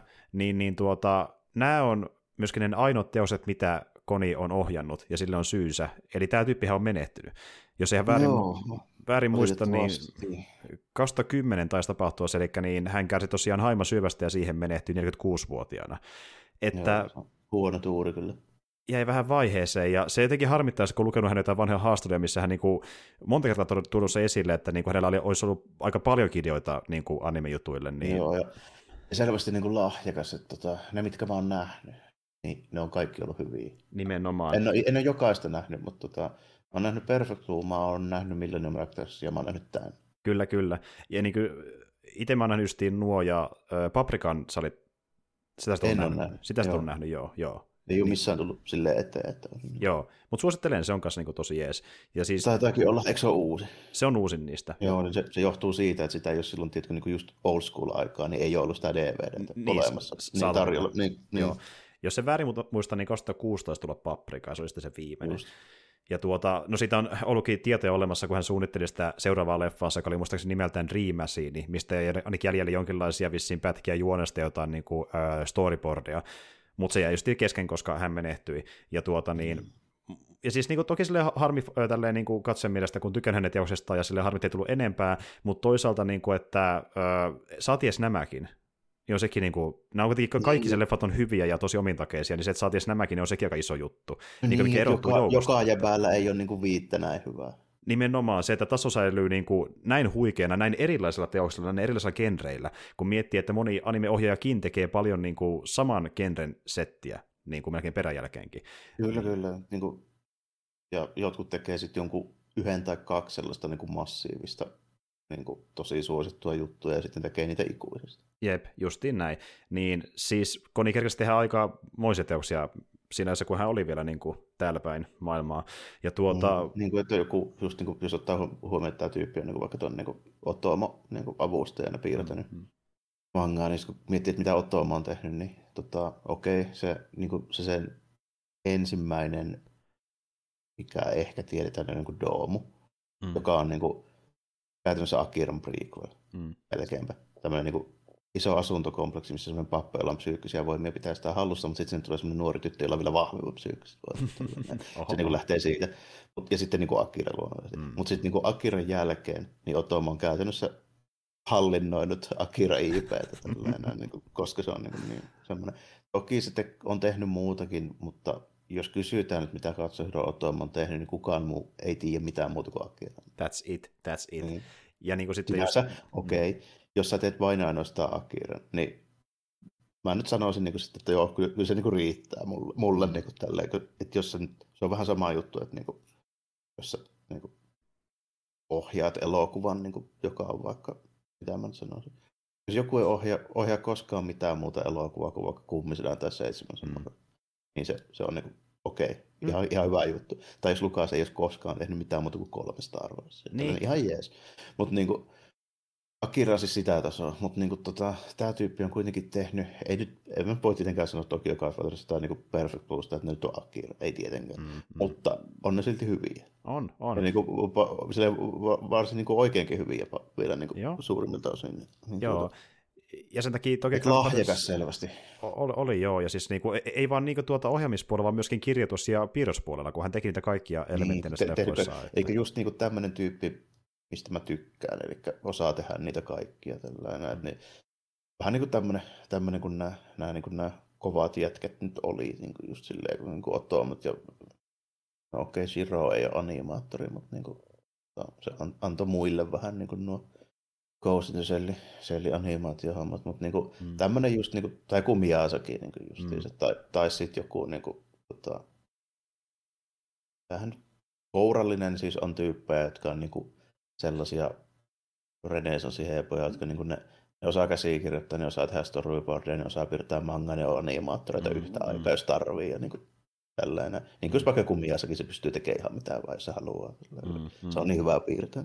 Nämä on myöskin ne ainoat teokset, mitä Koni on ohjannut, ja sille on syynsä. Eli tämä tyyppihän on menehtynyt. Jos ei väärin muista, niin 2010 taisi tapahtua, eli niin hän kärsi tosiaan haimasyövästä ja siihen menehtyi 46-vuotiaana. Että huono tuuri kyllä. Jäi vähän vaiheeseen, ja se jotenkin harmittaa, kun lukenut hänen jotain vanhoja haastatteluja, missä hän monta kertaa tullut se esille, että hänellä olisi ollut aika paljon ideoita anime-jutuille. Niin. Joo, ja selvästi lahjakas, että ne, mitkä mä oon nähnyt, niin ne on kaikki ollut hyviä. Nimenomaan. En ole jokaista nähnyt, mutta mä oon nähnyt Perfect Blue, mä oon nähnyt Millennium Actress ja mä oon nähnyt tämän. Kyllä. Ja itse mä oon nähnyt nuo ja Paprikan sä olit, sitä on nähnyt, joo. Ei ole missään tullut silleen eteen. Että... Joo, mutta suosittelen, se on kanssa niin tosi jees. Ja siis, taitaakin olla, eikö se ole uusi? Se on uusin niistä. Joo, niin se johtuu siitä, että sitä ei ole silloin tietysti niin just old school aikaa, niin ei ole ollut sitä DVDtä olemassa. Niin tarjolla. Niin. Joo. Jos se väärin muista, niin 2016 tulla Paprika, se oli sitten se viimeinen. Just. Ja no siitä on ollutkin tietoja olemassa, kun hän suunnitteli sitä seuraavaa leffaansa, joka oli muistaakseni nimeltään Dream Machine, mistä ei ainakin jäljellä jonkinlaisia vissiin pätkiä juonesta jotain niin kuin, storyboardia, mutta se jäi just kesken, koska hän menehtyi. Ja ja siis niin kuin, toki silleen harmi tälleen niin kuin katsen mielestä, kun tykän hänen teoksestaan, ja silleen harmit ei tullut enempää, mutta toisaalta, niin kuin, että saaties nämäkin, niin on sekin, niin kuin, nämä on kuitenkin kaikki se leffat on hyviä ja tosi omintakeisia, niin se, että saaties nämäkin, niin on sekin aika iso juttu. Joka jäbällä ei ole niin kuin viittä näin hyvää. Nimenomaan se, että taso säilyy niin kuin näin huikeana, näin erilaisilla teoksilla, näin erilaisilla genreillä, kun miettii, että moni anime-ohjaajakin tekee paljon niin kuin saman genren settiä, niin kuin melkein peräjälkeenkin. Kyllä. Niin kuin, ja jotkut tekee sitten jonkun 1 tai 2 sellaista niin kuin massiivista, niin kuin tosi suosittua juttuja, ja sitten tekee niitä ikuisesti. Jep, justiin näin. Niin siis Koni kerkesi tehdä aika moisia teoksia siinä se, kun hän oli vielä niin kuin täällä päin maailmaa. Ja niin kuin, että joku, just niin kuin, jos ottaa huomioon, että tämä tyyppi on niin kuin, vaikka tuon niin Otomo niin avustajana piirtänyt mangaa, niin kun miettii, että mitä Otomo on tehnyt, niin okei, se, niin kuin, se sen ensimmäinen, mikä ehkä tiedetään, niin kuin Doomu, joka on niin kuin, käytännössä Akiran prequel, melkeinpä. Tämmöinen niin kuin, iso asuntokompleksi, missä semmoinen pappa, jolla on psyykkisiä voimia, pitää sitä hallussa, mutta sitten tulee semmoinen nuori tyttö, jolla on vielä vahvemmat psyykkiset voimat. Se niin kuin lähtee siitä. Ja sitten niin kuin Akira luonnollisesti. Mutta sitten niin Akiran jälkeen, niin Otomo on käytännössä hallinnoinut Akira IP:tä, niin kuin, koska se on niin semmoinen. Toki sitten on tehnyt muutakin, mutta jos kysytään, että mitä Katsuhiro Otomo on tehnyt, niin kukaan muu ei tiedä mitään muuta kuin Akira. That's it. Niin. Ja niin kuin sitten jos sä teet vain ainoastaan Akiran, niin mä nyt sanoisin, niin kuin, että joo, kyllä se niin kuin riittää mulle niin kuin tälleen, että jos se on vähän sama juttu, että niin kuin, jos sä niin kuin, ohjaat elokuvan, niin kuin, joka on vaikka, mitä mä nyt sanoisin, jos joku ei ohjaa koskaan mitään muuta elokuvaa kuin vaikka Kummisedän tai 7, niin se on niin kuin, okei, ihan hyvä juttu. Tai jos Lukas ei olisi koskaan tehnyt mitään muuta kuin 3 Star Warsia, niin ihan jees. Mutta niin kuin, Akira siis sitä tasoa, mutta niinku tämä tyyppi on kuitenkin tehnyt, ei me voi tietenkään sanoa Tokyo Godfatherista tai niinku Perfect Bluesta, että ne nyt on Akira, ei tietenkään, mutta on ne silti hyviä. On. Ja niinku, varsin niinku oikeinkin hyviä vielä niinku suurimmilta osin. Niin joo. Ja sen takia Tokyo lahjakas selvästi. Oli joo, ja siis niinku, ei vaan niinku ohjaamispuolella, vaan myöskin kirjoitus- ja piirrospuolella, kun hän teki niitä kaikkia elementtejä leffoissaan. Eikö just niinku tämmöinen tyyppi, mistä mä tykkään, eli osaa tehdä niitä kaikkia tällainen. Niin, vähän niin kuin tämmöinen kun nämä kovat jätkät nyt oli, niin kuin just silleen, kun niin Otomot ja no okei, Shiro ei ole animaattori, mutta niin kuin, se antoi muille vähän niin kuin nuo Ghost in the Shellin animaatiohommat, mutta niin kuin, tämmöinen just, niin kuin, tai kuin Miyazaki niin kuin justiinsa, tai sitten joku niin kuin, vähän kourallinen siis on tyyppejä, jotka on niin kuin, sellaisia renesanssiheepoja, jotka niin ne osaa käsikirjoittaa, ne osaa tehdä storyboardia, ne osaa piirtää mangaa, ne on animaattoreita yhtä aikaa, jos tarvii. Ja niin kuin tällainen. Niin kuin vaikka Kummiassakin se pystyy tekemään ihan mitään vai, jos se haluaa. Se on niin hyvää piirtää.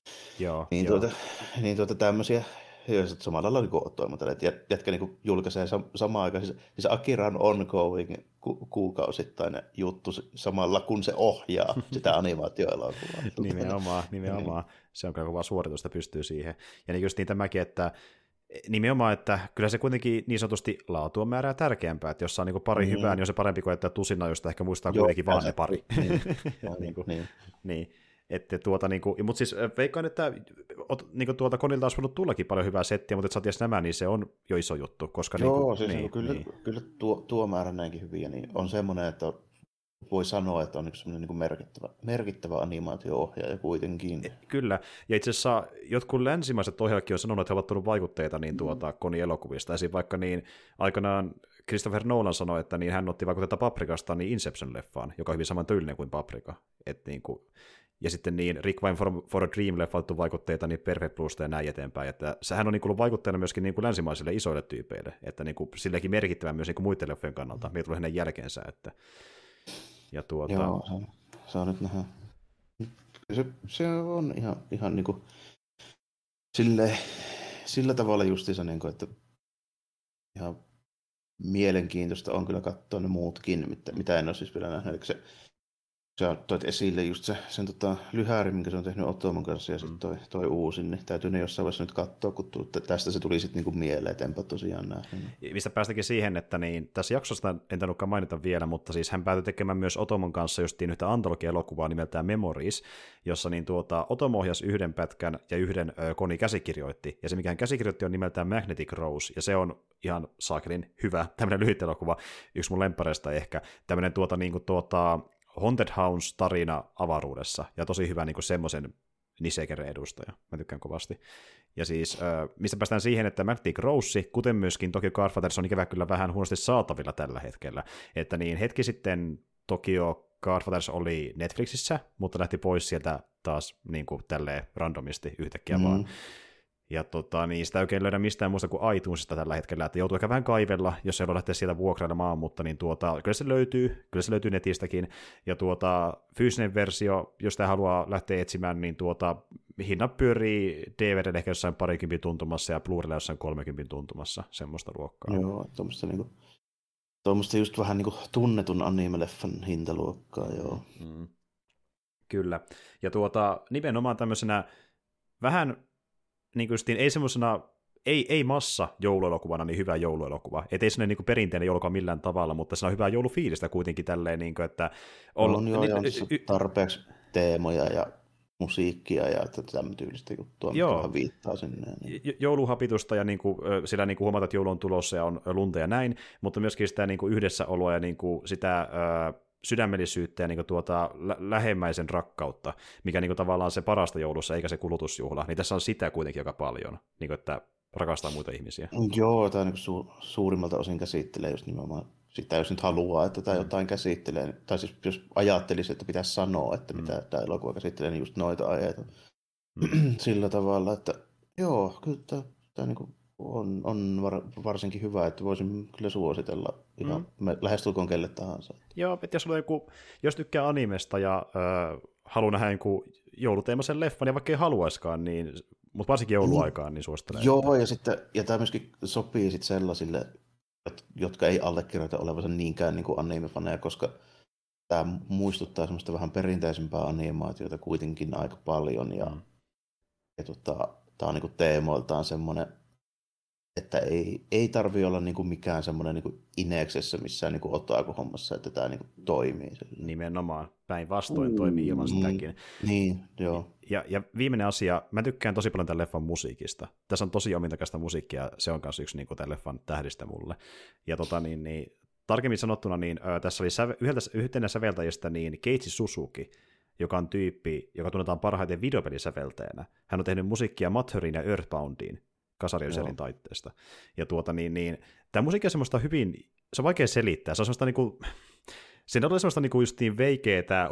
Niin tämmöisiä, joissa samalla lailla niin Otomo, että jätkä niin julkaisee samaan aikaan. Siis Akira on ongoing kuukausittainen juttu samalla, kun se ohjaa sitä animaatioelokuvaa. Nimenomaan. Se on kyllä kovaa suoritusta, pystyy siihen. Ja niin just niin tämäkin, että nimenomaan, että kyllä se kuitenkin niin sanotusti laatu on määrää tärkeämpää, että jos saa niin pari hyvää, niin on se parempi kuin että tusina, josta ehkä muistaa kuitenkin vaan ne pari. Niin. Että mutta siis veikkaan, että Konilta olisi voinut tullakin paljon hyvää settiä, mutta että saaties nämä, niin se on jo iso juttu. Koska kyllä tuo määrä näinkin hyviä, niin on semmoinen, että voi sanoa, että on semmoinen merkittävä animaatio-ohjaaja kuitenkin. Kyllä, ja itse asiassa jotkut länsimaiset ohjaajatkin on sanonut, että he ovat tullut vaikutteita niin Koni-elokuvista. Esim. vaikka niin aikanaan Christopher Nolan sanoi, että niin hän otti vaikutteita Paprikasta niin Inception-leffaan, joka on hyvin saman tyylinen kuin Paprika. ja sitten niin Requiem for a Dream-leffalta vaikutteita, niin Perfect Bluesta ja näin eteenpäin. Että sehän on niin kuin ollut vaikutteena myöskin niin kuin länsimaisille isoille tyypeille, että niin kuin silläkin merkittävä myös niin kuin muiden leffojen kannalta, mikä tulee hänen jälkeensä. Että, ja Joo, saa nyt nähdä. Se on ihan niin kuin sillä tavalla justiinsa, niin kuin, että ihan mielenkiintoista on kyllä katsoa ne muutkin, mitä en ole siis vielä nähnyt. Eli sä toit esille just sen lyhäärin, minkä se on tehnyt Ottomon kanssa, ja sitten toi uusi, niin täytyy ne jossain vaiheessa nyt katsoa, kun tästä se tuli sitten niinku mieleen, että enpä tosiaan nähnyt. Mistä päästäkin siihen, että niin, tässä jaksosta en tainnutkaan mainita vielä, mutta siis hän päätyi tekemään myös Ottomon kanssa justiin yhtä antologia-elokuvaa nimeltään Memories, jossa niin Ottomo ohjasi yhden pätkän ja yhden Koni käsikirjoitti, ja se mikä hän käsikirjoitti on nimeltään Magnetic Rose, ja se on ihan saakelin hyvä, tämmöinen lyhyt elokuva, yksi mun lemppareista ehkä, tämmöinen Haunted House-tarina avaruudessa, ja tosi hyvä niin semmoisen Nisegeren edustaja. Mä tykkään kovasti. Ja siis, mistä päästään siihen, että Magnetic Rose, kuten myöskin Tokyo Godfathers, on ikävä kyllä vähän huonosti saatavilla tällä hetkellä. Että niin, hetki sitten Tokyo Godfathers oli Netflixissä, mutta lähti pois sieltä taas niin kuin tälleen randomisti yhtäkkiä vaan. Ja niin sitä ei oikein löydä mistään muusta kuin iTunesista tällä hetkellä, että joutuu ehkä vähän kaivella, jos ei ole lähteä sieltä vuokrailemaan, mutta niin kyllä se löytyy netistäkin, ja fyysinen versio, jos sitä haluaa lähteä etsimään, niin hinnat pyörii DVD ehkä jossain 20 tuntumassa ja Blu-raylla jossain 30 tuntumassa, semmoista luokkaa. Joo, tuommoista just vähän niin kuin tunnetun anime-leffan hintaluokkaa, joo. Kyllä, ja nimenomaan tämmöisenä vähän niin kuin ei semmoisena, ei massa jouluelokuvana, niin hyvä jouluelokuva. Et ei semmoinen niin kuin perinteinen joulukuva millään tavalla, mutta se on hyvää joulufiilistä kuitenkin tälleen, niin kuin, että on joo, ja on tarpeeksi teemoja ja musiikkia ja tämän tyylistä juttua, mikä vähän viittaa sinne. Niin. Jouluhapitusta ja niin kuin, sillä niin kuin huomataan, että joulu on tulossa ja on lunta ja näin, mutta myöskin sitä niin kuin yhdessäoloa ja niin kuin sitä sydämellisyyttä ja niin kuin lähemmäisen rakkautta, mikä niin kuin tavallaan se parasta joulussa, eikä se kulutusjuhla, niin tässä on sitä kuitenkin aika paljon, niin kuin, että rakastaa muita ihmisiä. Joo, tämä niin suurimmalta osin käsittelee just nimenomaan sitä, jos nyt haluaa, että tämä jotain käsittelee, tai siis jos ajattelisi, että pitäisi sanoa, että mitä tämä elokuva käsittelee, niin just noita aiheita sillä tavalla, että joo, kyllä tämä niin kuin on varsinkin hyvä, että voisin kyllä suositella ihan lähestulkoon kelle tahansa. Joo, että jos tykkää animesta ja haluaa nähdä jouluteemaisen leffan, ja vaikka ei haluaiskaan, niin, mutta varsinkin jouluaikaan, niin suosittelen. Joo, ja tämä myöskin sopii sitten sellaisille, jotka ei allekirjoita olevansa niinkään niin kuin anime-faneja, koska tämä muistuttaa semmoista vähän perinteisempää animaatiota kuitenkin aika paljon, ja tämä on niin kuin teemoiltaan semmoinen, että ei tarvitse olla niinku mikään semmoinen niinku ineksessä missään niinku otaku-hommassa, että tämä niinku toimii. Nimenomaan, päinvastoin toimii ilman sitäkin. Niin, joo. Ja viimeinen asia, mä tykkään tosi paljon tämän leffan musiikista. Tässä on tosi omintakaista musiikkia, se on myös yksi niinku tämän leffan tähdistä mulle. Ja tarkemmin sanottuna, niin tässä oli yhtenä säveltäjistä niin Keiichi Suzuki, joka on tyyppi, joka tunnetaan parhaiten videopelisäveltäjänä. Hän on tehnyt musiikkia Matheriin ja Earthboundiin, Kasarioserin taitteesta. Ja tämä musiikki on semmoista hyvin, se on vaikea selittää, se on semmoista niinku, siinä on semmoista niinku justiin veikeetä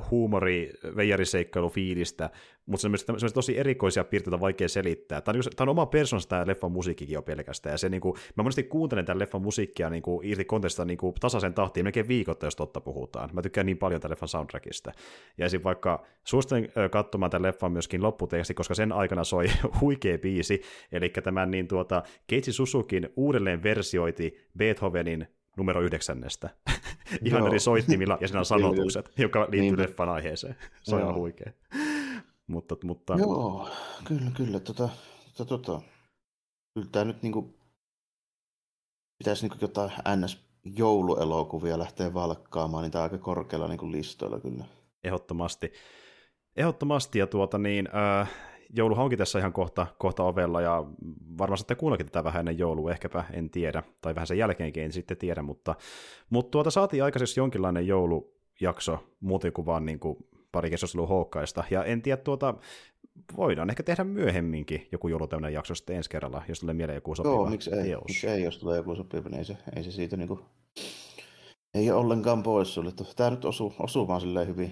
veijariseikkailufiilistä, mutta se on semmoista tosi erikoisia piirteitä vaikea selittää. Tämä on oma persoonansa tämä leffan musiikkikin jo pelkästään, ja se niinku, mä monesti kuuntelen tämän leffan musiikkia niinku irti kontekstista niinku tasaisen tahtiin, melkein viikotta, jos totta puhutaan. Mä tykkään niin paljon tämän leffan soundtrackista. Ja esim. Vaikka suosittelen katsomaan tämän leffan myöskin lopputeksti, koska sen aikana soi huikea biisi, eli tämän Keiichi Suzukin uudelleen versioiti Beethovenin numero 9. Ihan eri soittimilla, ja siinä on sanotukset, jotka liittyy leffan aiheeseen. Se on ihan huikea. Mutta... Joo, kyllä. Kyllä tämä nyt niinku pitäisi niinku jotain NS-jouluelokuvia lähteä valkkaamaan, niin tämä on aika korkealla niinku listoilla kyllä. Ehdottomasti, ja jouluhan onkin tässä ihan kohta ovella, ja varmaan sitten kuullakin tätä vähän ennen joulua, ehkäpä, en tiedä, tai vähän sen jälkeenkin, en sitten tiedä, mutta saatiin aikaiseksi jonkinlainen joulujakso, muuten kuin vaan niin kuin pari keskustelua houkkaista, ja en tiedä, voidaan ehkä tehdä myöhemminkin joku joulutäynnä jakso sitten ensi kerralla, jos tulee mieleen joku sopiva teos. Miksi ei, jos tulee joku sopiva, niin ei se siitä niinku, ei ole ollenkaan pois sulle. Tämä nyt osuu vaan silleen hyvin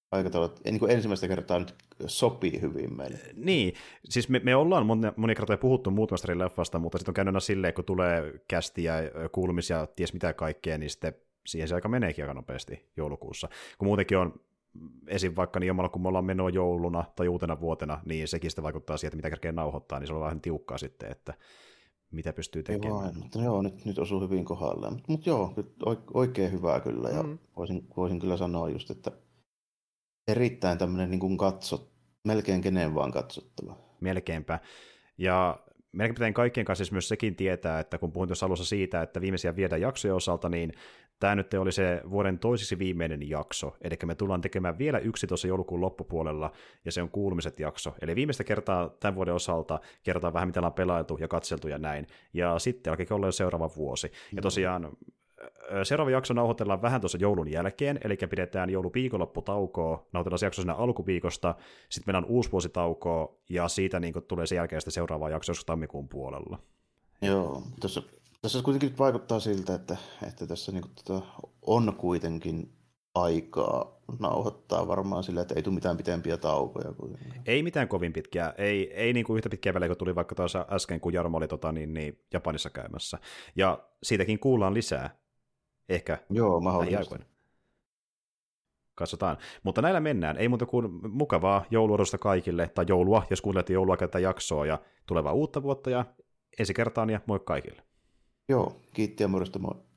aikataulut niin kuin ensimmäistä kertaa nyt sopii hyvin meille. Niin, siis me ollaan monia kertoja puhuttu muutamasta eri leffasta, mutta sitten on käynyt aina silleen, kun tulee kästiä, kuulumisia, ties mitä kaikkea, niin sitten siihen se aika meneekin aika nopeasti joulukuussa. Kun muutenkin on esim. Vaikka niin omalla, kun me ollaan menoa jouluna tai uutena vuotena, niin sekin sitten vaikuttaa siihen, että mitä kerkeen nauhoittaa, niin se on vähän tiukkaa sitten, että mitä pystyy tekemään. Joo, nyt osuu hyvin kohdalleen. Mutta joo, oikein hyvää kyllä, ja voisin kyllä sanoa just, että erittäin tämmöinen niin kuin melkein kenen vaan katsottava. Melkeinpä. Ja melkein pitäen kaikkien kanssa siis myös sekin tietää, että kun puhuin tuossa alussa siitä, että viimeisiä viedään jaksojen osalta, niin tämä nyt oli se vuoden toiseksi viimeinen jakso, eli me tullaan tekemään vielä yksi tuossa joulukuun loppupuolella, ja se on kuulumiset jakso. Eli viimeistä kertaa tämän vuoden osalta kertaa vähän, mitä ollaan pelailtu ja katseltu ja näin. Ja sitten alkaakin olla jo seuraava vuosi. Ja tosiaan seuraava jakso nauhoitellaan vähän tuossa joulun jälkeen, eli pidetään jouluviikonlopputaukoa, nauhoitellaan se jakso siinä alkuviikosta, sitten meillä on uusvuositaukoa, ja siitä niin tulee sen jälkeen sitten seuraava jakso joskus tammikuun puolella. Joo, tässä kuitenkin vaikuttaa siltä, että tässä niin kuin, on kuitenkin aikaa nauhoittaa varmaan sillä, että ei tule mitään pitempiä taukoja. Ei mitään kovin pitkiä, ei niin kuin yhtä pitkiä välejä, kun tuli vaikka tuossa äsken, kun Jarmo oli niin Japanissa käymässä. Ja siitäkin kuullaan lisää. Ehkä. Joo, mahdollisesti. Katsotaan. Mutta näillä mennään. Ei muuta kuin mukavaa jouluodosta kaikille, tai joulua, jos kuuntelette joulua tätä jaksoa, ja tulevaa uutta vuotta, ja ensi kertaan, ja moi kaikille. Joo, kiitti ja morjesta, moi.